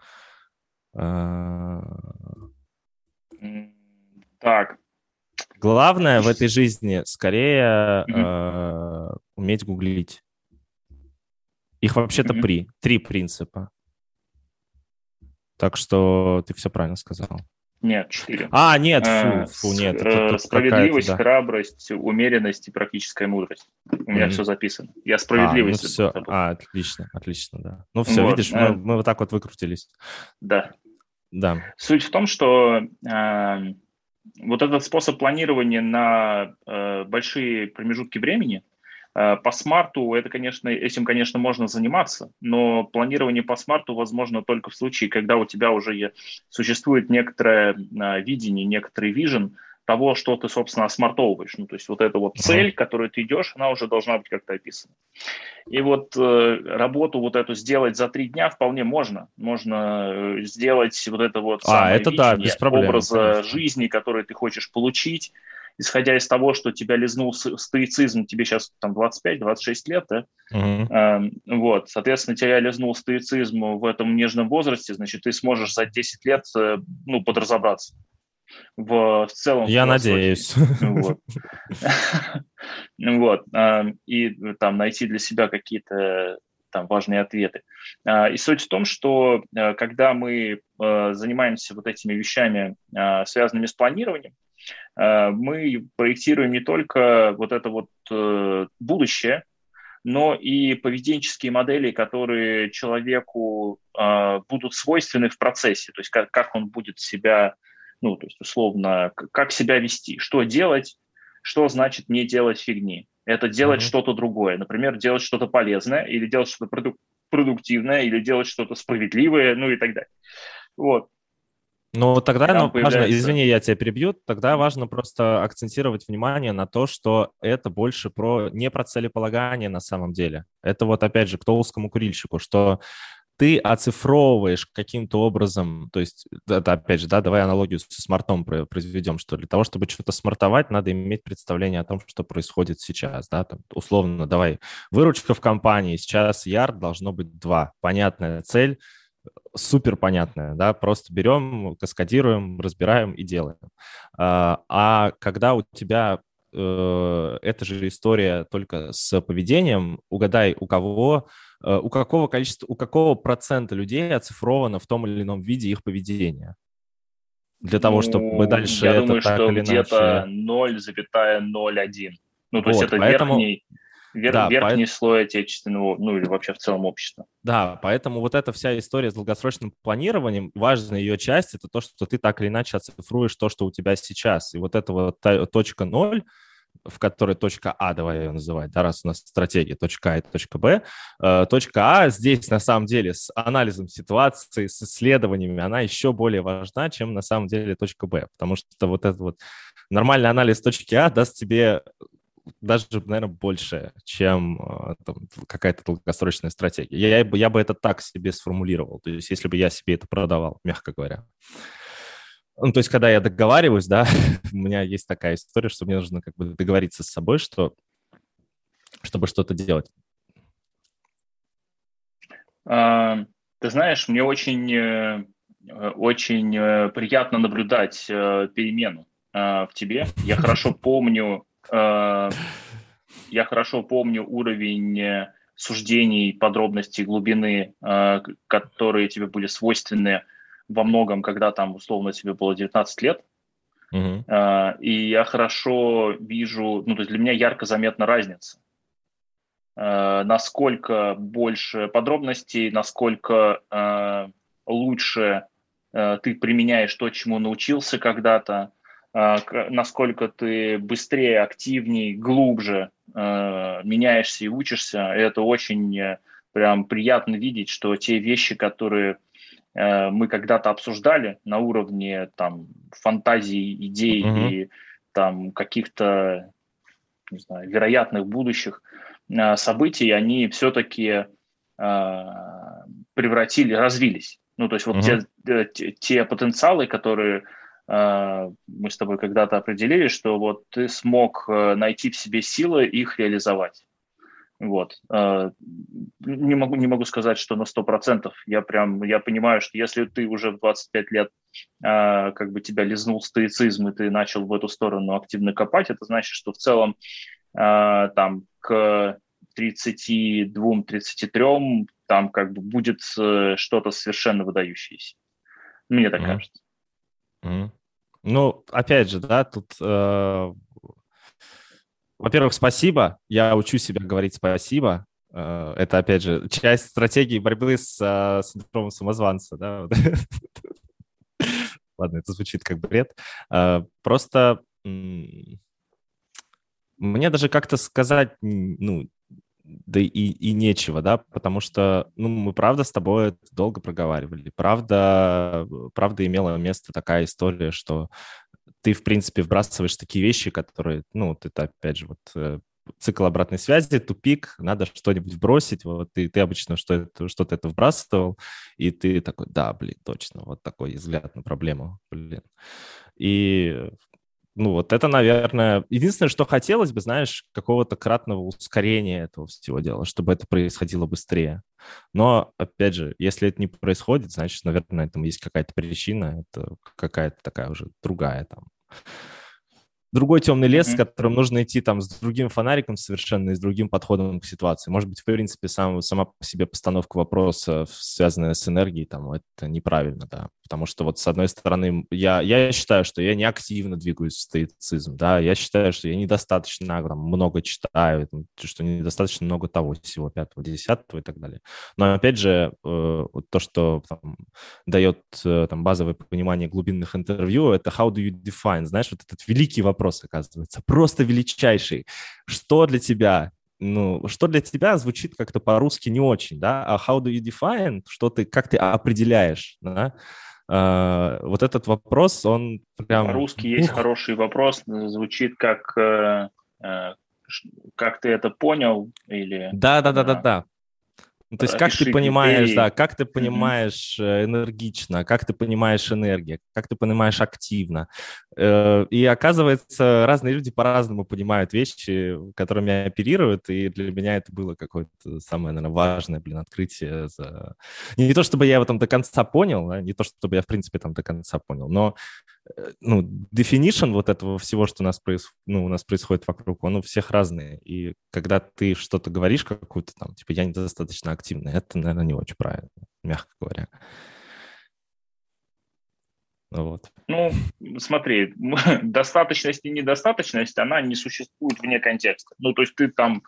Так.
Главное в этой жизни скорее уметь гуглить. Их вообще-то 3 принципа. Так что ты все правильно сказал.
Нет, 4.
Нет, нет. Это
справедливость, храбрость, умеренность и практическая мудрость. У меня все записано. Я справедливость.
Все. Отлично, да. Ну все, вот, видишь, мы вот так вот выкрутились.
Да.
Суть
в том, что вот этот способ планирования на большие промежутки времени, по смарту этим, конечно, можно заниматься, но планирование по смарту возможно только в случае, когда у тебя уже существует некоторое видение, некоторый вижен того, что ты, собственно, осмартовываешь. Ну, то есть вот эта вот цель, к которой ты идешь, она уже должна быть как-то описана. И вот работу вот эту сделать за 3 дня вполне можно. Можно сделать вот это вот самое видение образа жизни, который ты хочешь получить, исходя из того, что тебя лизнул стоицизм, тебе сейчас там 25-26 лет, да? Вот, соответственно, тебя лизнул стоицизм в этом нежном возрасте, значит, ты сможешь за 10 лет, подразобраться. в целом
Я
философии.
надеюсь.
Вот. Вот. И там найти для себя какие-то там важные ответы. И суть в том, что когда мы занимаемся вот этими вещами, связанными с планированием, мы проектируем не только вот это вот будущее, но и поведенческие модели, которые человеку будут свойственны в процессе, то есть как он будет себя, ну, то есть условно, как себя вести, что делать, что значит не делать фигни. Это делать что-то другое, например, делать что-то полезное, или делать что-то продуктивное, или делать что-то справедливое, ну и так далее. Вот.
Ну, тогда
Там
важно,
появляется...
извини, я тебя перебью, тогда важно просто акцентировать внимание на то, что это больше не про целеполагание на самом деле. Это вот, опять же, к толстому курильщику, что ты оцифровываешь каким-то образом, то есть, это опять же, да, давай аналогию со смартом произведем, что для того, чтобы что-то смартовать, надо иметь представление о том, что происходит сейчас, да, там, условно, давай, выручка в компании, сейчас ярд должно быть 2, понятная цель, супер понятная, да, просто берем, каскадируем, разбираем и делаем. А когда у тебя эта же история только с поведением, угадай, у какого количества, у какого процента людей оцифровано в том или ином виде их поведение? Для того, чтобы
Ну,
дальше
я
это
думаю,
так
что
или
где-то
иначе...
0,01. Ну, то есть
Вот,
это
поэтому... Да,
верхний слой отечественного, ну или вообще в целом общества.
Да, поэтому вот эта вся история с долгосрочным планированием, важная ее часть, это то, что ты так или иначе оцифруешь то, что у тебя сейчас. И вот эта вот точка 0, в которой точка А, давай ее называть, да, раз у нас стратегия, точка А и точка Б. Точка А здесь на самом деле с анализом ситуации, с исследованиями, она еще более важна, чем на самом деле точка Б, потому что вот этот вот нормальный анализ точки А даст тебе даже, наверное, больше, чем там, какая-то долгосрочная стратегия. Я бы это так себе сформулировал, то есть если бы я себе это продавал, мягко говоря. Ну, то есть когда я договариваюсь, да, у меня есть такая история, что мне нужно как бы договориться с собой, чтобы что-то делать.
Ты знаешь, мне очень приятно наблюдать перемену в тебе. Я хорошо помню уровень суждений, подробностей, глубины, которые тебе были свойственны во многом, когда там, условно, тебе было 19 лет. И я хорошо вижу, ну, то есть для меня ярко заметна разница. Насколько больше подробностей, насколько лучше ты применяешь то, чему научился когда-то, насколько ты быстрее, активнее, глубже меняешься и учишься. Это очень прям приятно видеть, что те вещи, которые мы когда-то обсуждали на уровне там фантазий, идей и там каких-то, не знаю, вероятных будущих событий, они все-таки развились. Ну, то есть вот те потенциалы, которые мы с тобой когда-то определили, что вот ты смог найти в себе силы их реализовать. Вот. Не могу сказать, что на 100%. Я понимаю, что если ты уже в 25 лет как бы тебя лизнул стоицизм, и ты начал в эту сторону активно копать, это значит, что в целом там к 32-33 там как бы будет что-то совершенно выдающееся. Мне так кажется.
Ну, опять же, да, тут, во-первых, спасибо. Я учу себя говорить спасибо. Это, опять же, часть стратегии борьбы с синдромом самозванца, да. Ладно, это звучит как бред. Просто мне даже как-то сказать, ну, да и нечего, да, потому что, ну, мы правда с тобой долго проговаривали, правда имела место такая история, что ты, в принципе, вбрасываешь такие вещи, которые, ну, вот это, опять же, вот цикл обратной связи, тупик, надо что-нибудь вбросить, вот ты обычно что-то это вбрасывал, и ты такой, да, блин, точно, вот такой взгляд на проблему, блин. И Ну, вот это, наверное, единственное, что хотелось бы, знаешь, какого-то кратного ускорения этого всего дела, чтобы это происходило быстрее. Но, опять же, если это не происходит, значит, наверное, этому есть какая-то причина, это какая-то такая уже другая там. Другой темный лес, с
Мгм.
которым нужно идти там с другим фонариком совершенно и с другим подходом к ситуации. Может быть, в принципе, сама по себе постановка вопроса, связанная с энергией, там, это неправильно, да. Потому что вот с одной стороны, я считаю, что я не активно двигаюсь в стоицизм, да, я считаю, что я недостаточно там, много читаю, что недостаточно много того, всего, пятого, десятого и так далее. Но, опять же, вот то, что там, дает там, базовое понимание глубинных интервью, это how do you define, знаешь, вот этот великий вопрос, оказывается, просто величайший. Что для тебя? Ну, что для тебя звучит как-то по-русски не очень, да, а how do you define, как ты определяешь, да? Вот этот вопрос, он прям,
По-русски есть хороший вопрос, звучит э, как ты это понял, или
да-да-да-да-да. Ну, то есть как ты
опиши
понимаешь, да,
критерии.
как ты
Мгм.
понимаешь энергично, как ты понимаешь энергия, как ты понимаешь активно. И оказывается, разные люди по-разному понимают вещи, которыми оперируют, и для меня это было какое-то самое, наверное, важное, открытие. Не то, чтобы я его там до конца понял, да, не то, чтобы я, в принципе, там до конца понял, но ну, definition вот этого всего, что у нас происходит вокруг, он у всех разный. И когда ты что-то говоришь, какую-то там, типа, я недостаточно активный, это, наверное, не очень правильно, мягко говоря. Вот.
Ну, смотри, достаточность и недостаточность, она не существует вне контекста. Ну, то есть ты там,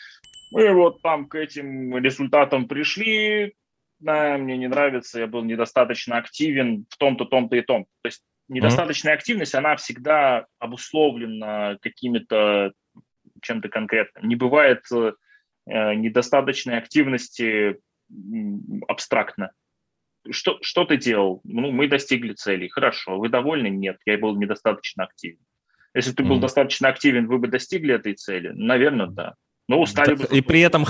мы вот там к этим результатам пришли, да, мне не нравится, я был недостаточно активен в том-то, том-то и том. То есть
Мгм.
недостаточная активность, она всегда обусловлена какими-то чем-то конкретным. Не бывает недостаточной активности абстрактно. Что ты делал? Ну, мы достигли целей. Хорошо. Вы довольны? Нет. Я был недостаточно активен. Если бы ты был
Мгм.
достаточно активен, вы бы достигли этой цели? Наверное, да. Но устали бы
И
зато
при этом
больше.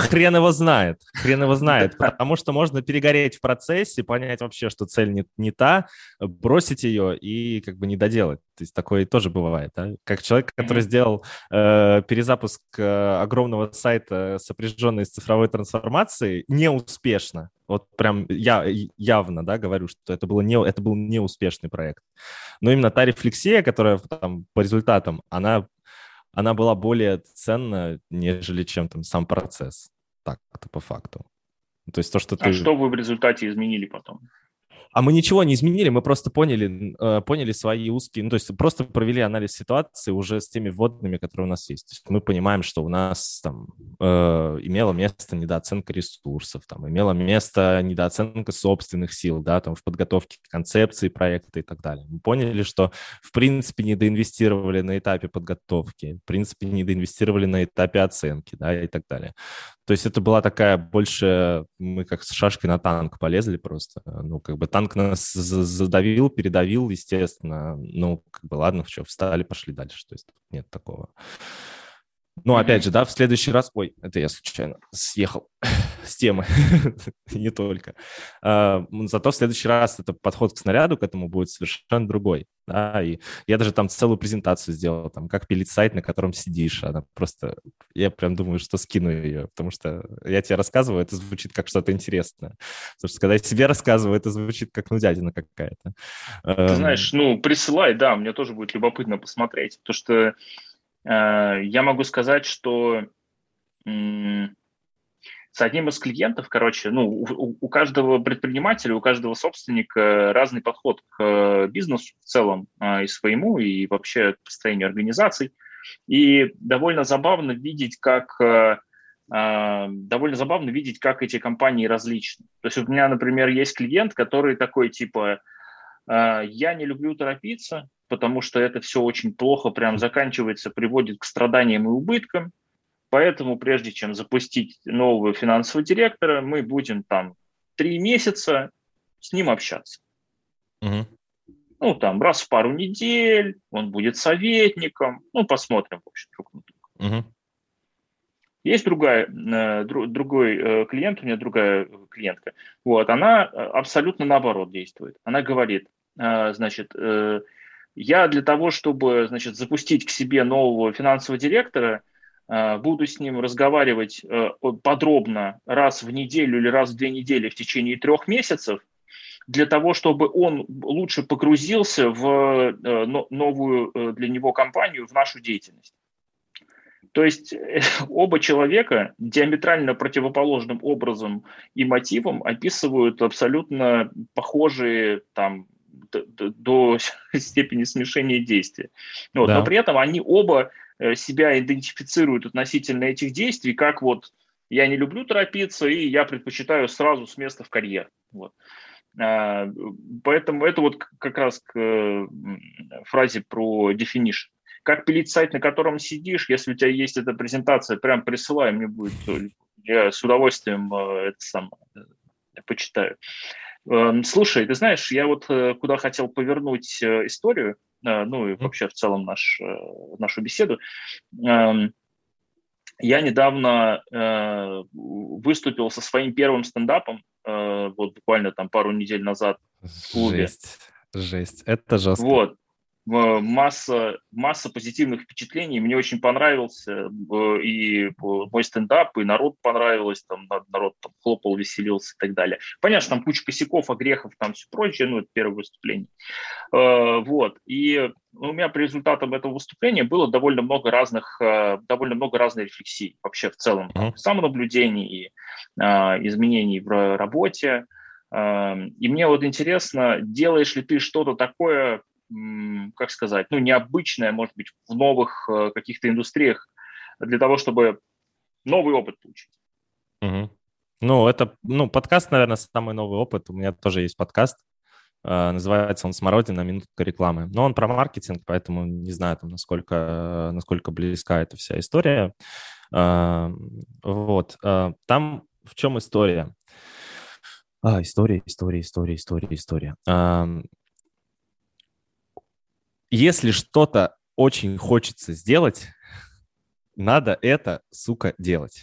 хрен его знает,
Да.
потому что можно перегореть в процессе, понять вообще, что цель не та, бросить ее и как бы не доделать. То есть такое тоже бывает, да? Как человек, который
Мгм.
сделал перезапуск огромного сайта, сопряженный с цифровой трансформацией, неуспешно. Вот прям я явно, да, говорю, что это был неуспешный проект. Но именно та рефлексия, которая там по результатам, она была более ценна, нежели чем там сам процесс. Так, это по факту. То есть то, что
А
ты...
что вы в результате изменили потом?
А мы ничего не изменили, мы просто поняли свои узкие, ну, то есть просто провели анализ ситуации уже с теми вводными, которые у нас есть. То есть мы понимаем, что у нас там имела место недооценка ресурсов, там имела место недооценка собственных сил, да, там в подготовке концепции проекта и так далее. Мы поняли, что в принципе недоинвестировали на этапе подготовки, в принципе недоинвестировали на этапе оценки, да, и так далее. То есть это была такая больше, мы как с шашкой на танк полезли просто. Ну, как бы танк нас задавил, передавил, естественно. Ну, как бы ладно, что, встали, пошли дальше. То есть нет такого. Ну, опять
Мгм.
же, да, в следующий раз... Ой, это я случайно съехал с темы, не только. Зато в следующий раз это подход к снаряду к этому будет совершенно другой. Да? И я даже там целую презентацию сделал, там, как пилить сайт, на котором сидишь. Она просто... Я прям думаю, что скину ее, потому что я тебе рассказываю, это звучит как что-то интересное. Потому что когда я себе рассказываю, это звучит как нудятина какая-то.
Ты
Эм,
знаешь, ну, присылай, да, мне тоже будет любопытно посмотреть. Потому что я могу сказать, что с одним из клиентов, короче, ну, у каждого предпринимателя, у каждого собственника разный подход к бизнесу в целом, и своему, и вообще к построению организаций. И довольно забавно видеть, как эти компании различны. То есть у меня, например, есть клиент, который такой, типа, я не люблю торопиться, потому что это все очень плохо прям заканчивается, приводит к страданиям и убыткам. Поэтому прежде чем запустить нового финансового директора, мы будем там 3 месяца с ним общаться.
мгм,
Ну, там, раз в пару недель, он будет советником. Ну, посмотрим, в общем, друг на друга.
мгм,
Есть другой клиент, у меня другая клиентка. Вот, она абсолютно наоборот действует. Она говорит, значит, Я для того, чтобы, значит, запустить к себе нового финансового директора, буду с ним разговаривать подробно раз в неделю или раз в 2 недели в течение 3 месяцев, для того, чтобы он лучше погрузился в новую для него компанию, в нашу деятельность. То есть оба человека диаметрально противоположным образом и мотивом описывают абсолютно похожие там до степени смешения действия. Вот. Но
Да.
при этом они оба себя идентифицируют относительно этих действий, как вот я не люблю торопиться, и я предпочитаю сразу с места в карьер. Вот. Поэтому это вот как раз к фразе про definition. Как пилить сайт, на котором сидишь, если у тебя есть эта презентация, прям присылай, мне будет, я с удовольствием это сам почитаю. Слушай, ты знаешь, я вот куда хотел повернуть историю, ну и вообще в целом нашу беседу. Я недавно выступил со своим первым стендапом, вот буквально там пару недель назад в клубе.
Жесть, это жестко.
Вот. Масса позитивных впечатлений, мне очень понравился и мой стендап, и народ понравилось, там народ там хлопал, веселился и так далее. Понятно, что там куча косяков, огрехов, там все прочее, ну, это первое выступление. Вот, и у меня по результатам этого выступления было довольно много разных рефлексий вообще в целом, самонаблюдений и изменений в работе. И мне вот интересно, делаешь ли ты что-то такое, как сказать, ну, необычное, может быть, в новых каких-то индустриях для того, чтобы новый опыт получить?
Ну, подкаст, наверное, самый новый опыт. У меня тоже есть подкаст. Называется он «Смородина. Минутка рекламы». Но он про маркетинг, поэтому не знаю, там, насколько близка эта вся история. Вот. Там в чем история? История. Если что-то очень хочется сделать, надо это, сука, делать.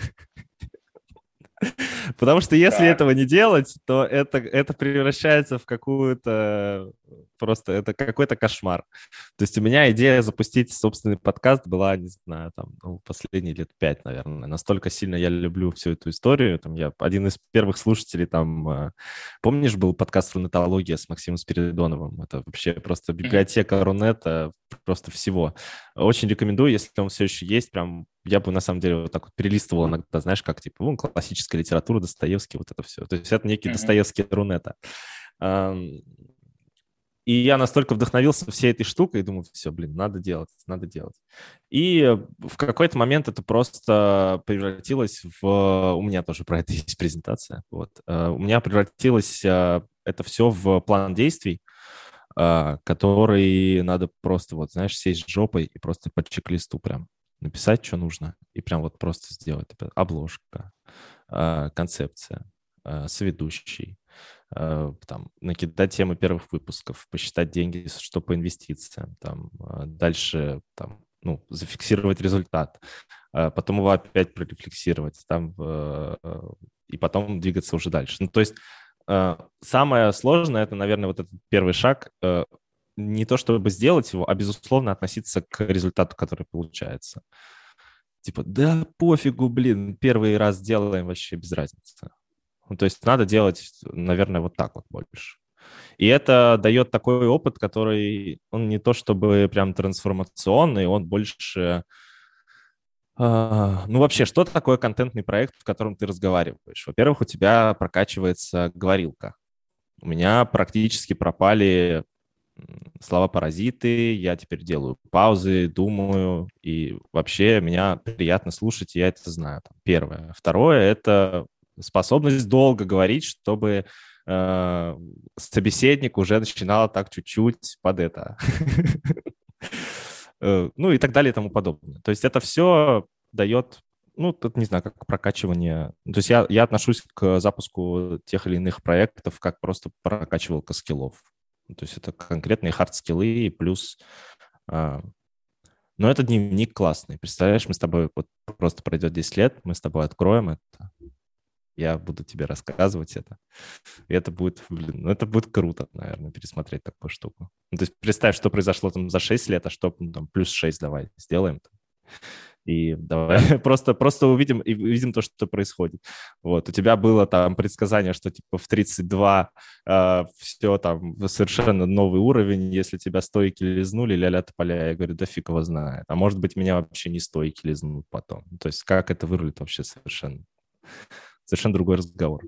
Потому что если этого не делать, то это превращается в какую-то... Просто это какой-то кошмар. То есть у меня идея запустить собственный подкаст была, не знаю, там, последние лет 5, наверное. Настолько сильно я люблю всю эту историю. Там я один из первых слушателей, там, помнишь, был подкаст «Рунетология» с Максимом Спиридоновым? Это вообще просто библиотека Рунета, просто всего. Очень рекомендую, если он все еще есть, прям я бы, на самом деле, вот так вот перелистывал иногда, знаешь, как, типа, классическая литература, Достоевский, вот это все. То есть это некий Достоевский Рунета. И я настолько вдохновился всей этой штукой и думаю, все, блин, надо делать. И в какой-то момент это просто превратилось в... У меня тоже про это есть презентация. Вот. У меня превратилось это все в план действий, который надо просто, вот, знаешь, сесть жопой и просто по чек-листу прям написать, что нужно, и прям вот просто сделать. Обложка, концепция, соведущий, там, накидать темы первых выпусков, посчитать деньги, что по инвестициям, там, дальше там, ну, зафиксировать результат, потом его опять прорефлексировать, там, и потом двигаться уже дальше. Ну, то есть самое сложное — это, наверное, вот этот первый шаг, не то чтобы сделать его, а, безусловно, относиться к результату, который получается. Типа, да пофигу, блин, первый раз делаем, вообще без разницы. Ну, то есть надо делать, наверное, вот так вот больше. И это дает такой опыт, который, он не то чтобы прям трансформационный, он больше... Ну, вообще, что такое контентный проект, в котором ты разговариваешь? Во-первых, у тебя прокачивается говорилка. У меня практически пропали слова-паразиты, я теперь делаю паузы, думаю, и вообще меня приятно слушать, я это знаю. Первое. Второе — это способность долго говорить, чтобы собеседник уже начинал так чуть-чуть под это. Ну и так далее и тому подобное. То есть это все дает, ну, тут не знаю, как прокачивание. То есть я отношусь к запуску тех или иных проектов как просто прокачивалка скиллов. То есть это конкретные хард-скиллы плюс... Но это дневник классный. Представляешь, мы с тобой, вот просто пройдет 10 лет, мы с тобой откроем это. я буду тебе рассказывать это. И это будет, блин, ну это будет круто, наверное, пересмотреть такую штуку. Ну, то есть представь, что произошло там за 6 лет, а что ну, там плюс 6 давай сделаем. И давай просто увидим, и увидим то, что происходит. Вот, у тебя было там предсказание, что типа в 32 все там совершенно новый уровень, если тебя стойки лизнули, ля-ля тополя. Я говорю, да фиг его знает. А может быть, меня вообще не стойки лизнут потом. То есть как это вырулит вообще совершенно другой разговор.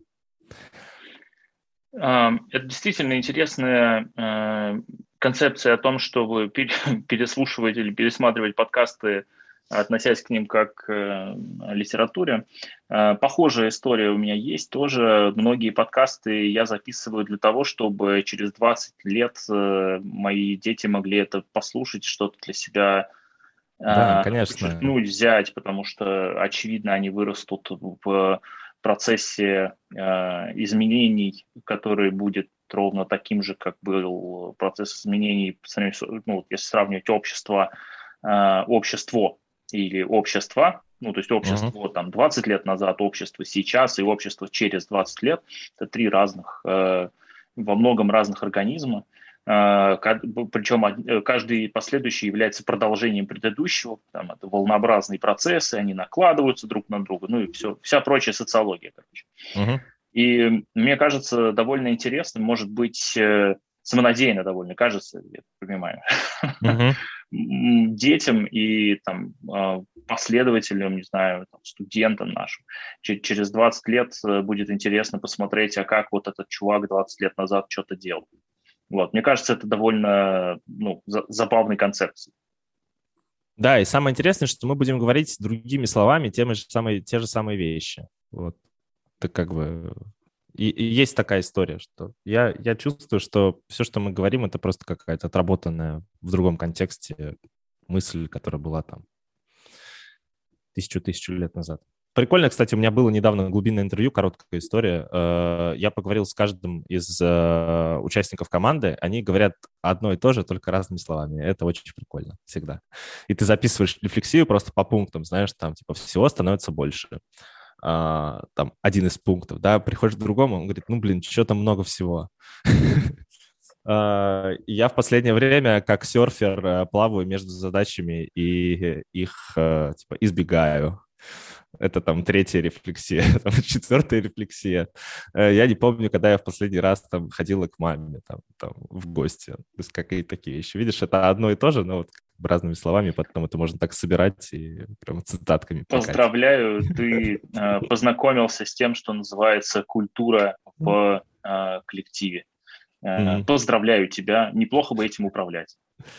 Это действительно интересная концепция о том, чтобы переслушивать или пересматривать подкасты, относясь к ним как к литературе. Похожая история у меня есть тоже. Многие подкасты я записываю для того, чтобы через 20 лет мои дети могли это послушать, что-то для себя
Да, конечно.
подчеркнуть, взять, потому что, очевидно, они вырастут в процессе изменений, который будет ровно таким же, как был процесс изменений, ну, если сравнивать общество или общество, ну, то есть общество там 20 лет назад, общество сейчас и общество через 20 лет, это три разных, во многом разных организма, причем каждый последующий является продолжением предыдущего, там это волнообразные процессы, они накладываются друг на друга, ну и вся прочая социология, короче. И мне кажется, довольно интересным, может быть, самонадеянно довольно кажется, я понимаю, детям и там последователям, не знаю, там, студентам нашим. Через 20 лет будет интересно посмотреть, а как вот этот чувак 20 лет назад что-то делал. Вот. Мне кажется, это довольно забавной концепцией.
Да, и самое интересное, что мы будем говорить другими словами те же самые вещи. Вот. Это как бы... И есть такая история, что я чувствую, что все, что мы говорим, это просто какая-то отработанная в другом контексте мысль, которая была там тысячу лет назад. Прикольно, кстати, у меня было недавно глубинное интервью, короткая история. Я поговорил с каждым из участников команды. Они говорят одно и то же, только разными словами. Это очень прикольно всегда. И ты записываешь рефлексию просто по пунктам, знаешь, там типа всего становится больше. Там один из пунктов, да, приходишь к другому, он говорит, ну, блин, что-то много всего. Я в последнее время, как серфер, плаваю между задачами и их типа избегаю. Это там третья рефлексия, там, четвертая рефлексия. Я не помню, когда я в последний раз там ходила к маме там в гости. То есть какие-то такие вещи. Видишь, это одно и то же, но вот разными словами, потом это можно так собирать и прям цитатками.
Поздравляю, ты познакомился с тем, что называется культура в коллективе. Поздравляю тебя, неплохо бы этим управлять.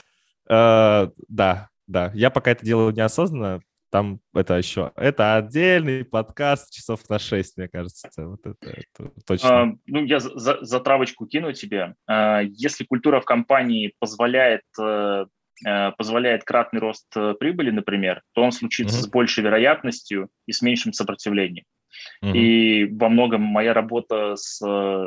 Да. Я пока это делаю неосознанно, там это отдельный подкаст часов на 6, мне кажется. Вот это точно.
Я за травочку кину тебе. Если культура в компании позволяет кратный рост прибыли, например, то он случится с большей вероятностью и с меньшим сопротивлением. И во многом моя работа с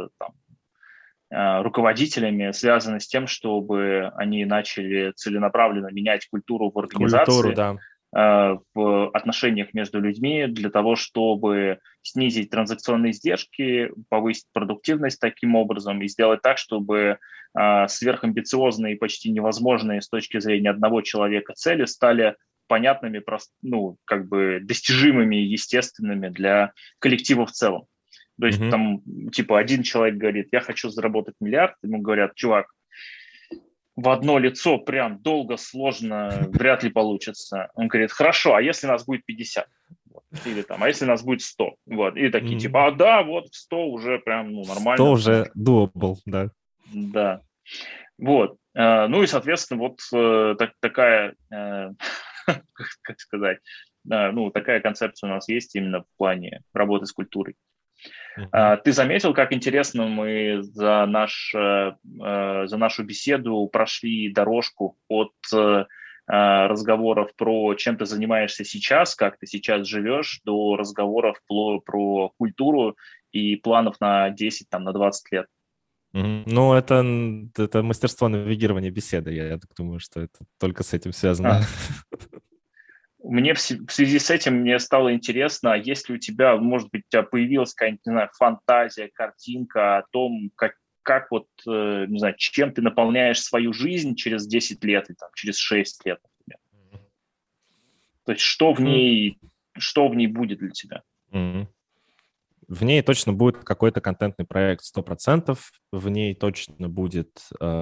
руководителями связана с тем, чтобы они начали целенаправленно менять культуру в организации, в отношениях между людьми для того, чтобы снизить транзакционные издержки, повысить продуктивность таким образом и сделать так, чтобы сверхамбициозные и почти невозможные с точки зрения одного человека цели стали понятными, достижимыми и естественными для коллектива в целом. То есть там типа один человек говорит, я хочу заработать миллиард, ему говорят, чувак, в одно лицо прям долго, сложно, вряд ли получится. Он говорит, хорошо, а если нас будет 50? Или там, а если нас будет 100? Вот. И такие, типа, вот 100 уже прям, нормально.
100 уже doable, да.
Да. Вот. Ну и, соответственно, вот такая, как сказать, такая концепция у нас есть именно в плане работы с культурой. Ты заметил, как интересно мы за нашу беседу прошли дорожку от разговоров про чем ты занимаешься сейчас, как ты сейчас живешь, до разговоров про культуру и планов на 10, на 20 лет.
Ну, это мастерство навигирования беседы. Я так думаю, что это только с этим связано.
Мне в связи с этим мне стало интересно, если у тебя, может быть, у тебя появилась какая-нибудь, не знаю, фантазия, картинка о том, как вот, не знаю, чем ты наполняешь свою жизнь через 10 лет, и там, через 6 лет, например. То есть что в ней будет для тебя?
В ней точно будет какой-то контентный проект 100%, в ней точно будет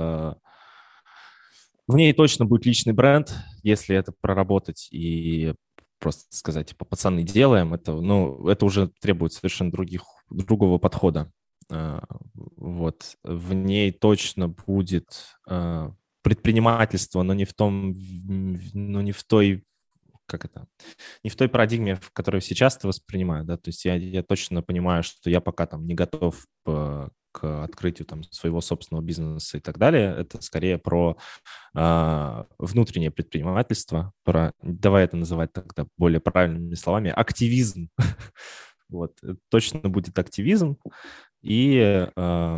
личный бренд, если это проработать и просто сказать, типа, пацаны, делаем, это уже требует совершенно другого подхода. Вот. В ней точно будет предпринимательство, но не в той парадигме, в которой сейчас это воспринимаю, да, то есть я точно понимаю, что я пока там не готов к открытию там своего собственного бизнеса и так далее. Это скорее про внутреннее предпринимательство, давай это называть тогда более правильными словами, активизм. Вот, точно будет активизм. И,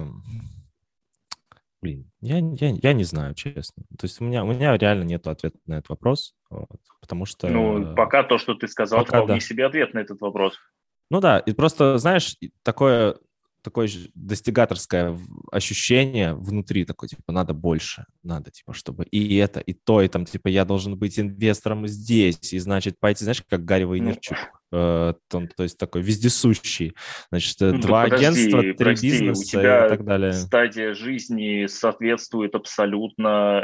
я не знаю, честно. То есть у меня реально нет ответа на этот вопрос, вот, потому что...
Ну, пока то, что ты сказал, вполне себе ответ на этот вопрос.
Ну да, и просто, знаешь, такое же достигаторское ощущение внутри, такое, типа, надо больше, надо, типа, чтобы и это, и то, и там, типа, я должен быть инвестором здесь, и, значит, пойти, знаешь, как Гарри Вайнерчук, то есть такой вездесущий, значит, 2 агентства, 3 бизнеса
у тебя
и так далее.
стадия жизни соответствует абсолютно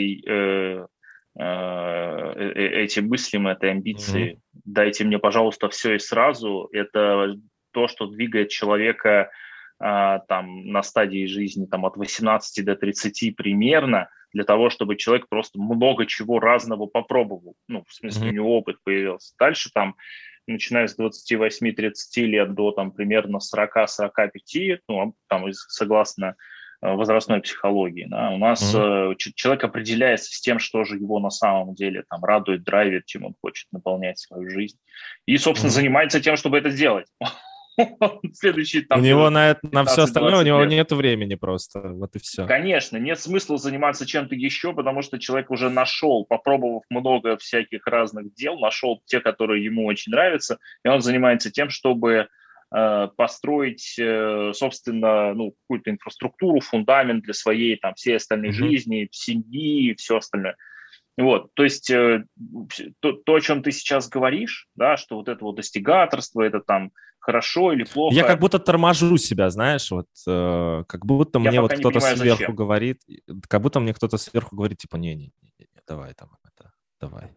этим мыслям, этой амбиции. Дайте мне, пожалуйста, все и сразу. Это то, что двигает человека там на стадии жизни там, от 18 до 30 примерно, для того, чтобы человек просто много чего разного попробовал. Ну, в смысле, у него опыт появился. Дальше там, начиная с 28-30 лет до там примерно 40-45, ну, там, согласно возрастной психологии. Да. У нас человек определяется с тем, что же его на самом деле там радует, драйвит, чем он хочет наполнять свою жизнь. И, собственно, занимается тем, чтобы это сделать. Следующий там...
У него на все остальное у него нет времени просто, вот и все.
Конечно, нет смысла заниматься чем-то еще, потому что человек уже нашел, попробовав много всяких разных дел, нашел те, которые ему очень нравятся, и он занимается тем, чтобы построить, собственно, ну, какую-то инфраструктуру, фундамент для своей, там, всей остальной жизни, семьи и все остальное. Вот, то есть то, о чем ты сейчас говоришь, да, что вот это вот достигаторство, это там хорошо или плохо.
Я как будто торможу себя, знаешь, вот как будто мне вот кто-то сверху говорит, как будто мне кто-то сверху говорит, типа, не, давай там это, давай.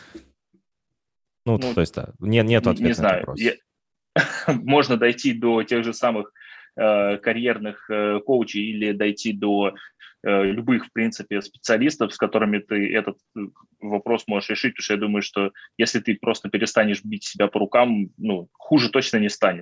Ну, то есть, да, нет ответа на этот вопрос.
Можно дойти до тех же самых карьерных коучей или дойти до любых, в принципе, специалистов, с которыми ты этот вопрос можешь решить, потому что я думаю, что если ты просто перестанешь бить себя по рукам, ну, хуже точно не станет.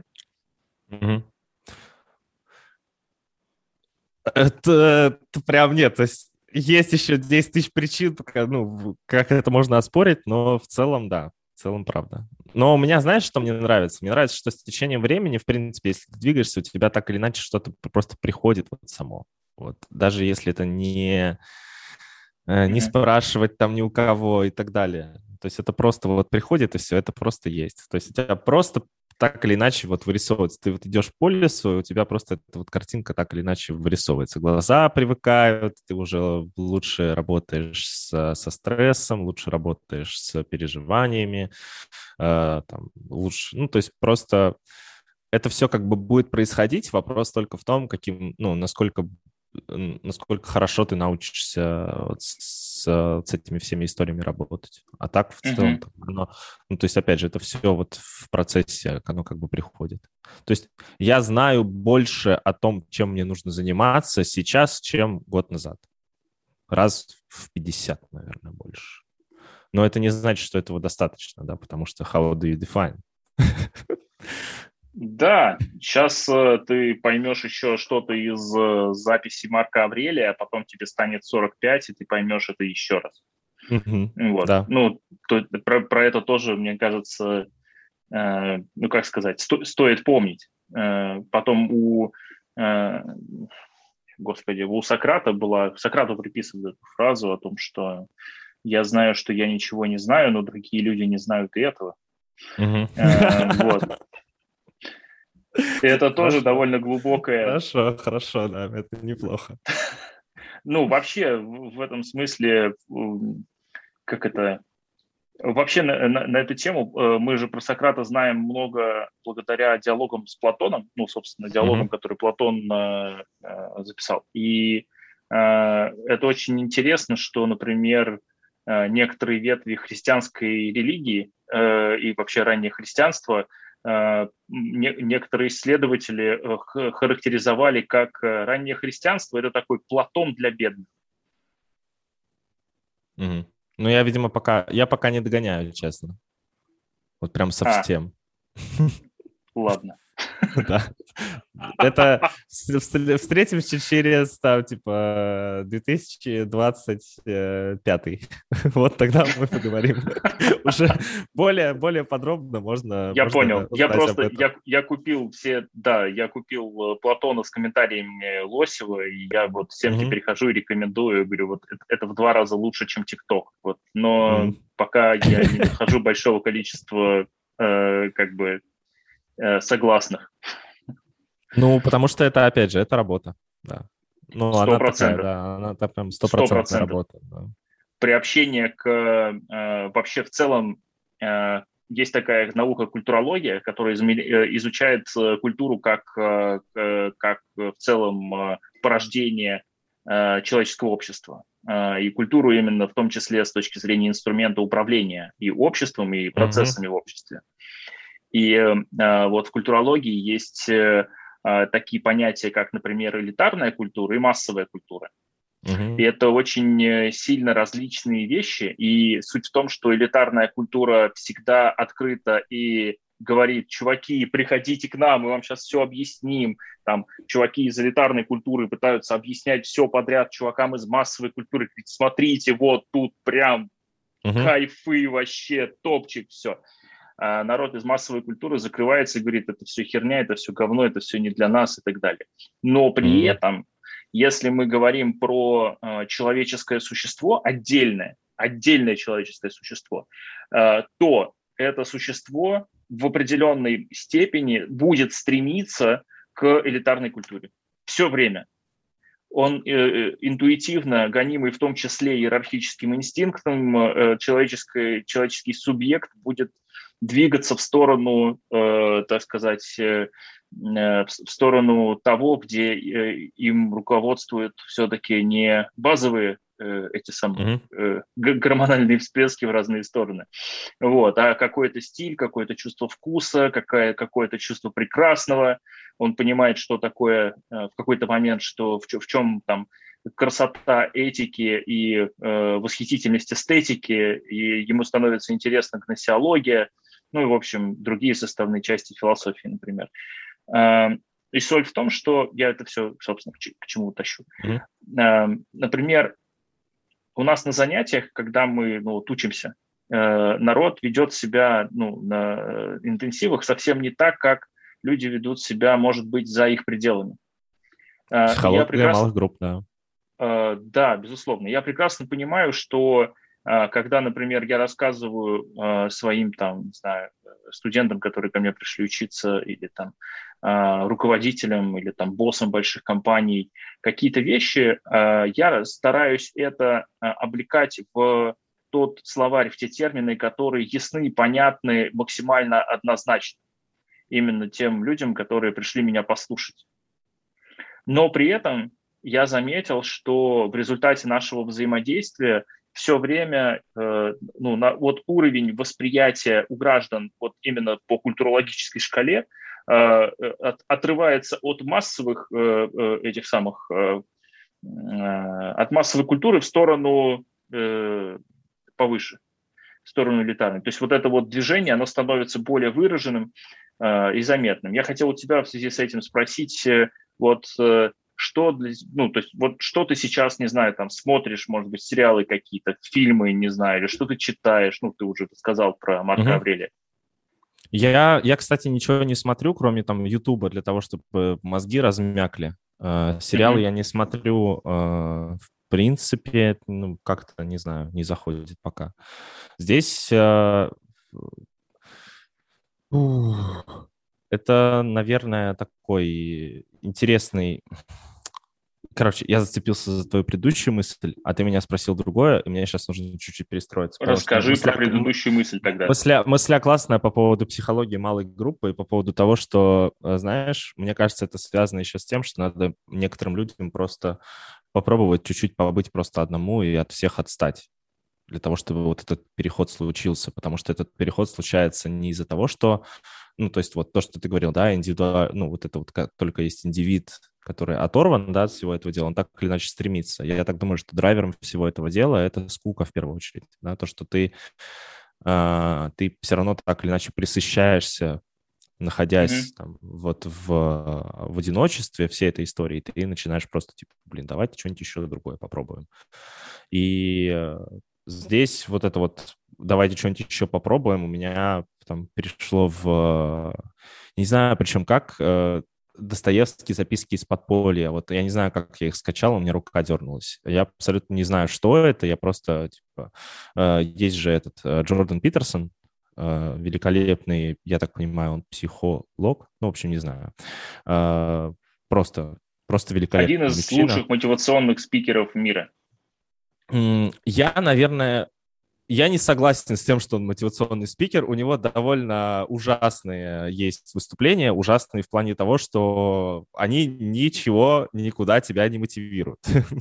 Это прям нет, то есть есть еще 10 тысяч причин, ну, как это можно оспорить, но в целом, да, в целом правда. Но у меня, знаешь, что мне нравится? Мне нравится, что с течением времени, в принципе, если ты двигаешься, у тебя так или иначе что-то просто приходит вот само. Вот. Даже если это не спрашивать там ни у кого и так далее. То есть это просто вот приходит, и все, это просто есть. То есть у тебя просто так или иначе вот вырисовывается. Ты вот идешь по лесу, и у тебя просто эта вот картинка так или иначе вырисовывается. Глаза привыкают, ты уже лучше работаешь со стрессом, лучше работаешь с переживаниями, там, лучше, ну, то есть просто это все как бы будет происходить. Вопрос только в том, насколько хорошо ты научишься вот с этими всеми историями работать. А так в целом, ну, то есть, опять же, это все вот в процессе, оно как бы приходит. То есть я знаю больше о том, чем мне нужно заниматься сейчас, чем год назад. Раз в 50, наверное, больше. Но это не значит, что этого достаточно, да, потому что how do you define?
Да, сейчас ты поймешь еще что-то из записи Марка Аврелия, а потом тебе станет 45, и ты поймешь это еще раз. Вот.
Да.
Ну, про это тоже, мне кажется, ну, как сказать, стоит помнить. Потом у Сократа Сократу приписывают эту фразу о том, что Я знаю, что я ничего не знаю, но другие люди не знают и этого. Вот. Это тоже довольно глубокое...
Хорошо, да, это неплохо.
Ну, вообще, в этом смысле, как это... Вообще на эту тему мы же про Сократа знаем много благодаря диалогам с Платоном, ну, собственно, диалогам, которые Платон записал. И это очень интересно, что, например, некоторые ветви христианской религии и вообще раннее христианство некоторые исследователи характеризовали как раннее христианство – это такой Платон для бедных.
Ну, я, видимо, пока не догоняю, честно. Вот прям совсем.
Ладно.
Да. Это встретимся через, там, типа, 2025. Вот тогда мы поговорим. Уже более подробно можно...
Я понял. Я купил я купил Платона с комментариями Лосева, и я вот всем теперь хожу и рекомендую, говорю, вот это в 2 раза лучше, чем ТикТок. Вот. Но пока я не нахожу большого количества, как бы, согласных.
Ну, потому что это, опять же, это работа, да. Ну,
100%.
Она такая, да, она прям 100% работа. Да.
Приобщение к... Вообще, в целом, есть такая наука культурология, которая изучает культуру как в целом порождение человеческого общества. И культуру именно в том числе с точки зрения инструмента управления и обществом, и процессами в обществе. И вот в культурологии есть такие понятия, как, например, элитарная культура и массовая культура. И это очень сильно различные вещи. И суть в том, что элитарная культура всегда открыта и говорит: чуваки, приходите к нам, мы вам сейчас все объясним. Там чуваки из элитарной культуры пытаются объяснять все подряд чувакам из массовой культуры. Говорит: смотрите, вот тут прям кайфы вообще, топчик, все. А народ из массовой культуры закрывается и говорит: это все херня, это все говно, это все не для нас и так далее. Но при этом, если мы говорим про человеческое существо, отдельное человеческое существо, то это существо в определенной степени будет стремиться к элитарной культуре все время. Он интуитивно, гонимый в том числе иерархическим инстинктом, человеческий субъект будет двигаться в сторону, так сказать, в сторону того, где им руководствуют все-таки не базовые эти самые гормональные всплески в разные стороны, вот, а какой-то стиль, какое-то чувство вкуса, какое-то чувство прекрасного. Он понимает, что такое в какой-то момент, что в чем там красота этики и восхитительность эстетики, и ему становится интересна гносеология, ну и, в общем, другие составные части философии, например. И соль в том, что я это все, собственно, к чему тащу. Например, у нас на занятиях, когда мы учимся, народ ведет себя на интенсивах совсем не так, как люди ведут себя, может быть, за их пределами.
Психология малых групп, да.
Да, безусловно. Я прекрасно понимаю, что когда, например, я рассказываю своим там, не знаю, студентам, которые ко мне пришли учиться, или там руководителям, или там боссам больших компаний, какие-то вещи, я стараюсь это облекать в тот словарь, в те термины, которые ясны, понятны, максимально однозначны именно тем людям, которые пришли меня послушать. Но при этом я заметил, что в результате нашего взаимодействия все время вот уровень восприятия у граждан вот именно по культурологической шкале отрывается от массовых этих самых, от массовой культуры в сторону повыше, в сторону элитарной. То есть вот это вот движение, оно становится более выраженным и заметным. Я хотел у тебя в связи с этим спросить, вот что, то есть вот что ты сейчас, не знаю, там смотришь, может быть, сериалы какие-то, фильмы, не знаю, или что ты читаешь, ты уже сказал про Марка Аврелия.
Я, кстати, ничего не смотрю, кроме там Ютуба, для того, чтобы мозги размякли. Сериалы я не смотрю, в принципе, ну, как-то, не знаю, не заходит пока. Здесь это, наверное, такой интересный... Короче, я зацепился за твою предыдущую мысль, а ты меня спросил другое, и мне сейчас нужно чуть-чуть перестроиться.
Расскажи про предыдущую мысль тогда.
Мысля классная по поводу психологии малой группы и по поводу того, что, знаешь, мне кажется, это связано еще с тем, что надо некоторым людям просто попробовать чуть-чуть побыть просто одному и от всех отстать, для того, чтобы вот этот переход случился, потому что этот переход случается не из-за того, что, ну, то есть вот то, что ты говорил, да, ну, вот это вот как только есть индивид, который оторван, да, от всего этого дела, он так или иначе стремится. Я так думаю, что драйвером всего этого дела это скука в первую очередь, да, то, что ты все равно так или иначе пресыщаешься, находясь там, вот в одиночестве всей этой истории, ты начинаешь просто типа, блин, давайте что-нибудь еще другое попробуем. И здесь вот это вот давайте что-нибудь еще попробуем, у меня там перешло не знаю, причем как, Достоевские записки из подполья. Вот я не знаю, как я их скачал, у меня рука дернулась. Я абсолютно не знаю, что это, я просто, типа, есть же этот Джордан Питерсон, великолепный, я так понимаю, он психолог, ну, в общем, не знаю. Просто великолепный
один из
мужчина.
Лучших мотивационных спикеров мира.
Я не согласен с тем, что он мотивационный спикер. У него довольно ужасные есть выступления, ужасные в плане того, что они ничего, никуда тебя не мотивируют.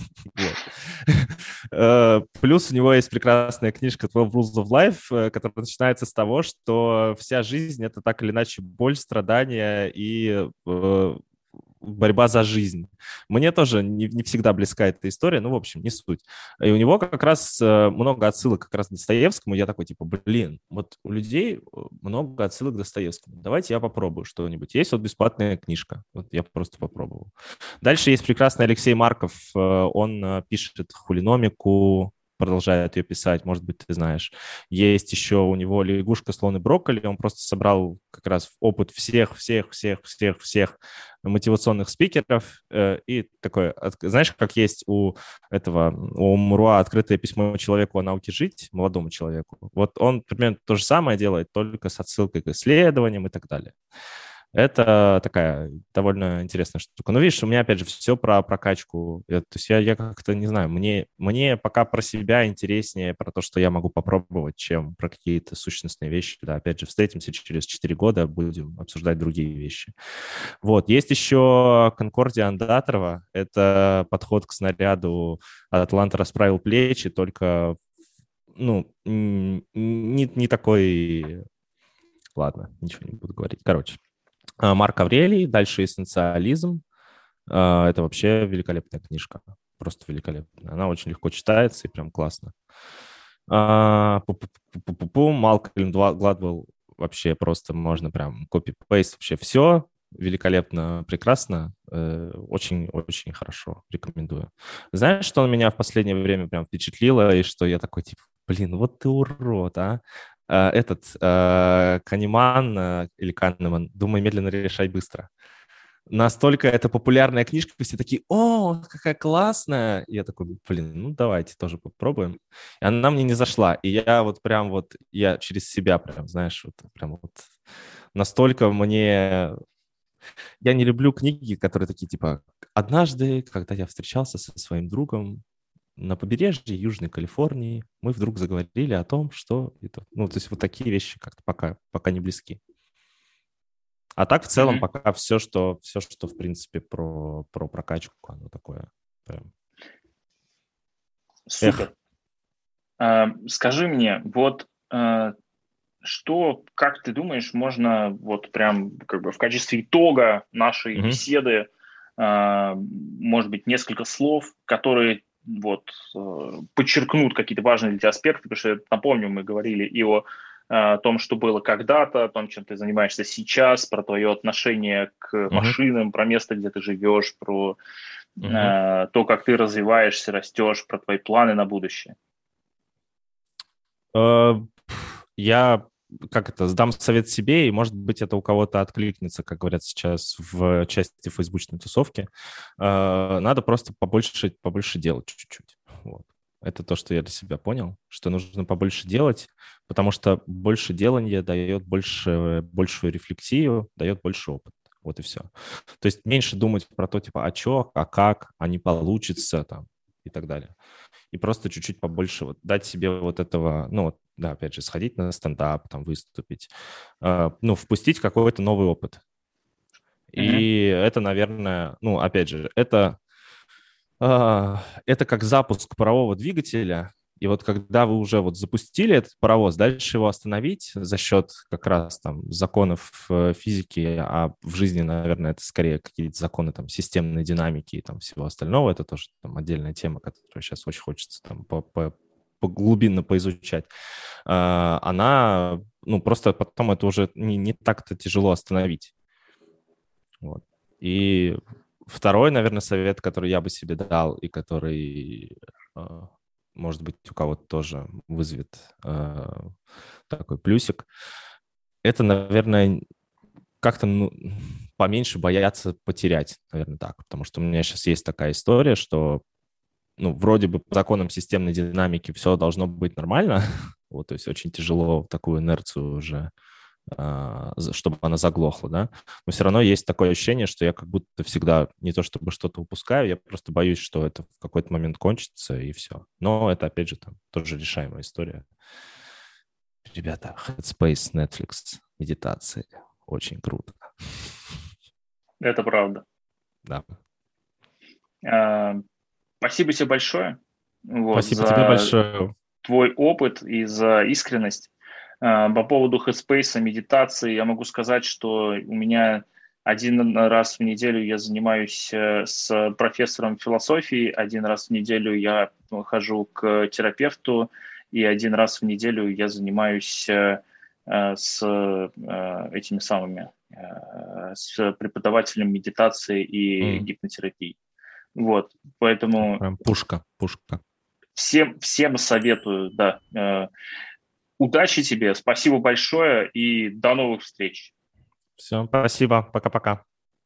Плюс у него есть прекрасная книжка «12 Rules of Life», которая начинается с того, что вся жизнь — это так или иначе боль, страдания и борьба за жизнь. Мне тоже не всегда близка эта история, ну, в общем, не суть. И у него как раз много отсылок как раз к Достоевскому. Я такой, типа, блин, вот у людей много отсылок к Достоевскому. Давайте я попробую что-нибудь. Есть вот бесплатная книжка. Вот я просто попробовал. Дальше есть прекрасный Алексей Марков. Он пишет хулиномику, продолжает ее писать, может быть, ты знаешь. Есть еще у него «Лягушка, слон и брокколи». Он просто собрал как раз опыт всех мотивационных спикеров. И такое, знаешь, как есть у Муруа открытое письмо человеку о науке жить, молодому человеку. Вот он примерно то же самое делает, только с отсылкой к исследованиям и так далее. Это такая довольно интересная штука. Но видишь, у меня, опять же, все про прокачку. То есть я как-то, не знаю, мне пока про себя интереснее, про то, что я могу попробовать, чем про какие-то сущностные вещи. Да, опять же, встретимся через 4 года, будем обсуждать другие вещи. Вот, есть еще Конкордия Андатрова. Это подход к снаряду «Атланта расправил плечи», только, ну, не такой... Ладно, ничего не буду говорить. Короче. Марк Аврелий, дальше «Эссенциализм». Это вообще великолепная книжка, просто великолепная. Она очень легко читается и прям классно. Малкольм Гладвелл, вообще просто можно прям копи-пейст, вообще все великолепно, прекрасно, очень-очень хорошо, рекомендую. Знаешь, что меня в последнее время прям впечатлило, и что я такой, типа, блин, вот ты урод, а? Канеман или Канеман «Думай медленно, решай быстро». Настолько это популярная книжка, все такие, о, какая классная. И я такой, блин, ну давайте тоже попробуем. И она мне не зашла. И я через себя прям, знаешь, настолько мне... Я не люблю книги, которые такие, типа, однажды, когда я встречался со своим другом на побережье Южной Калифорнии, мы вдруг заговорили о том, что... Ну, то есть вот такие вещи как-то пока не близки. А так в целом пока все, что в принципе про прокачку, оно такое прям...
Супер. Скажи мне, вот что, как ты думаешь, можно вот прям как бы в качестве итога нашей беседы, может быть, несколько слов, которые вот подчеркнут какие-то важные для тебя аспекты, потому что, напомню, мы говорили и о том, что было когда-то, о том, чем ты занимаешься сейчас, про твое отношение к машинам, про место, где ты живешь, про то, как ты развиваешься, растешь, про твои планы на будущее.
Я сдам совет себе, и, может быть, это у кого-то откликнется, как говорят сейчас в части фейсбучной тусовки. Надо просто побольше делать чуть-чуть. Вот. Это то, что я для себя понял, что нужно побольше делать, потому что больше делания дает большую рефлексию, дает больше опыта. Вот и все. То есть меньше думать про то, типа, а что, а как, а не получится, там, и так далее. И просто чуть-чуть побольше вот дать себе вот этого, ну, вот, да, опять же, сходить на стендап, там, выступить, ну, впустить какой-то новый опыт. И это, наверное, ну, опять же, это как запуск парового двигателя. И вот когда вы уже вот запустили этот паровоз, дальше его остановить за счет как раз там законов физики, а в жизни, наверное, это скорее какие-то законы там системной динамики и там всего остального. Это тоже там отдельная тема, которую сейчас очень хочется там глубинно поизучать. Она, ну, просто потом это уже не так-то тяжело остановить. Вот. И второй, наверное, совет, который я бы себе дал и который, может быть, у кого-то тоже вызовет такой плюсик, это, наверное, как-то поменьше бояться потерять, наверное, так. Потому что у меня сейчас есть такая история, что, ну, вроде бы по законам системной динамики все должно быть нормально, вот, то есть очень тяжело в такую инерцию уже, чтобы она заглохла, да, но все равно есть такое ощущение, что я как будто всегда не то чтобы что-то упускаю, я просто боюсь, что это в какой-то момент кончится, и все. Но это, опять же, там тоже решаемая история. Ребята, Headspace, Netflix, медитации. Очень круто.
Это правда.
Да.
Спасибо тебе большое. Вот,
Спасибо тебе большое.
Твой опыт и за искренность. По поводу Headspace, медитации, я могу сказать, что у меня один раз в неделю я занимаюсь с профессором философии, один раз в неделю я хожу к терапевту, и один раз в неделю я занимаюсь с этими самыми, с преподавателем медитации и гипнотерапии. Вот, поэтому...
Прям пушка.
Всем советую, да. Удачи тебе, спасибо большое и до новых встреч.
Все, спасибо, пока-пока.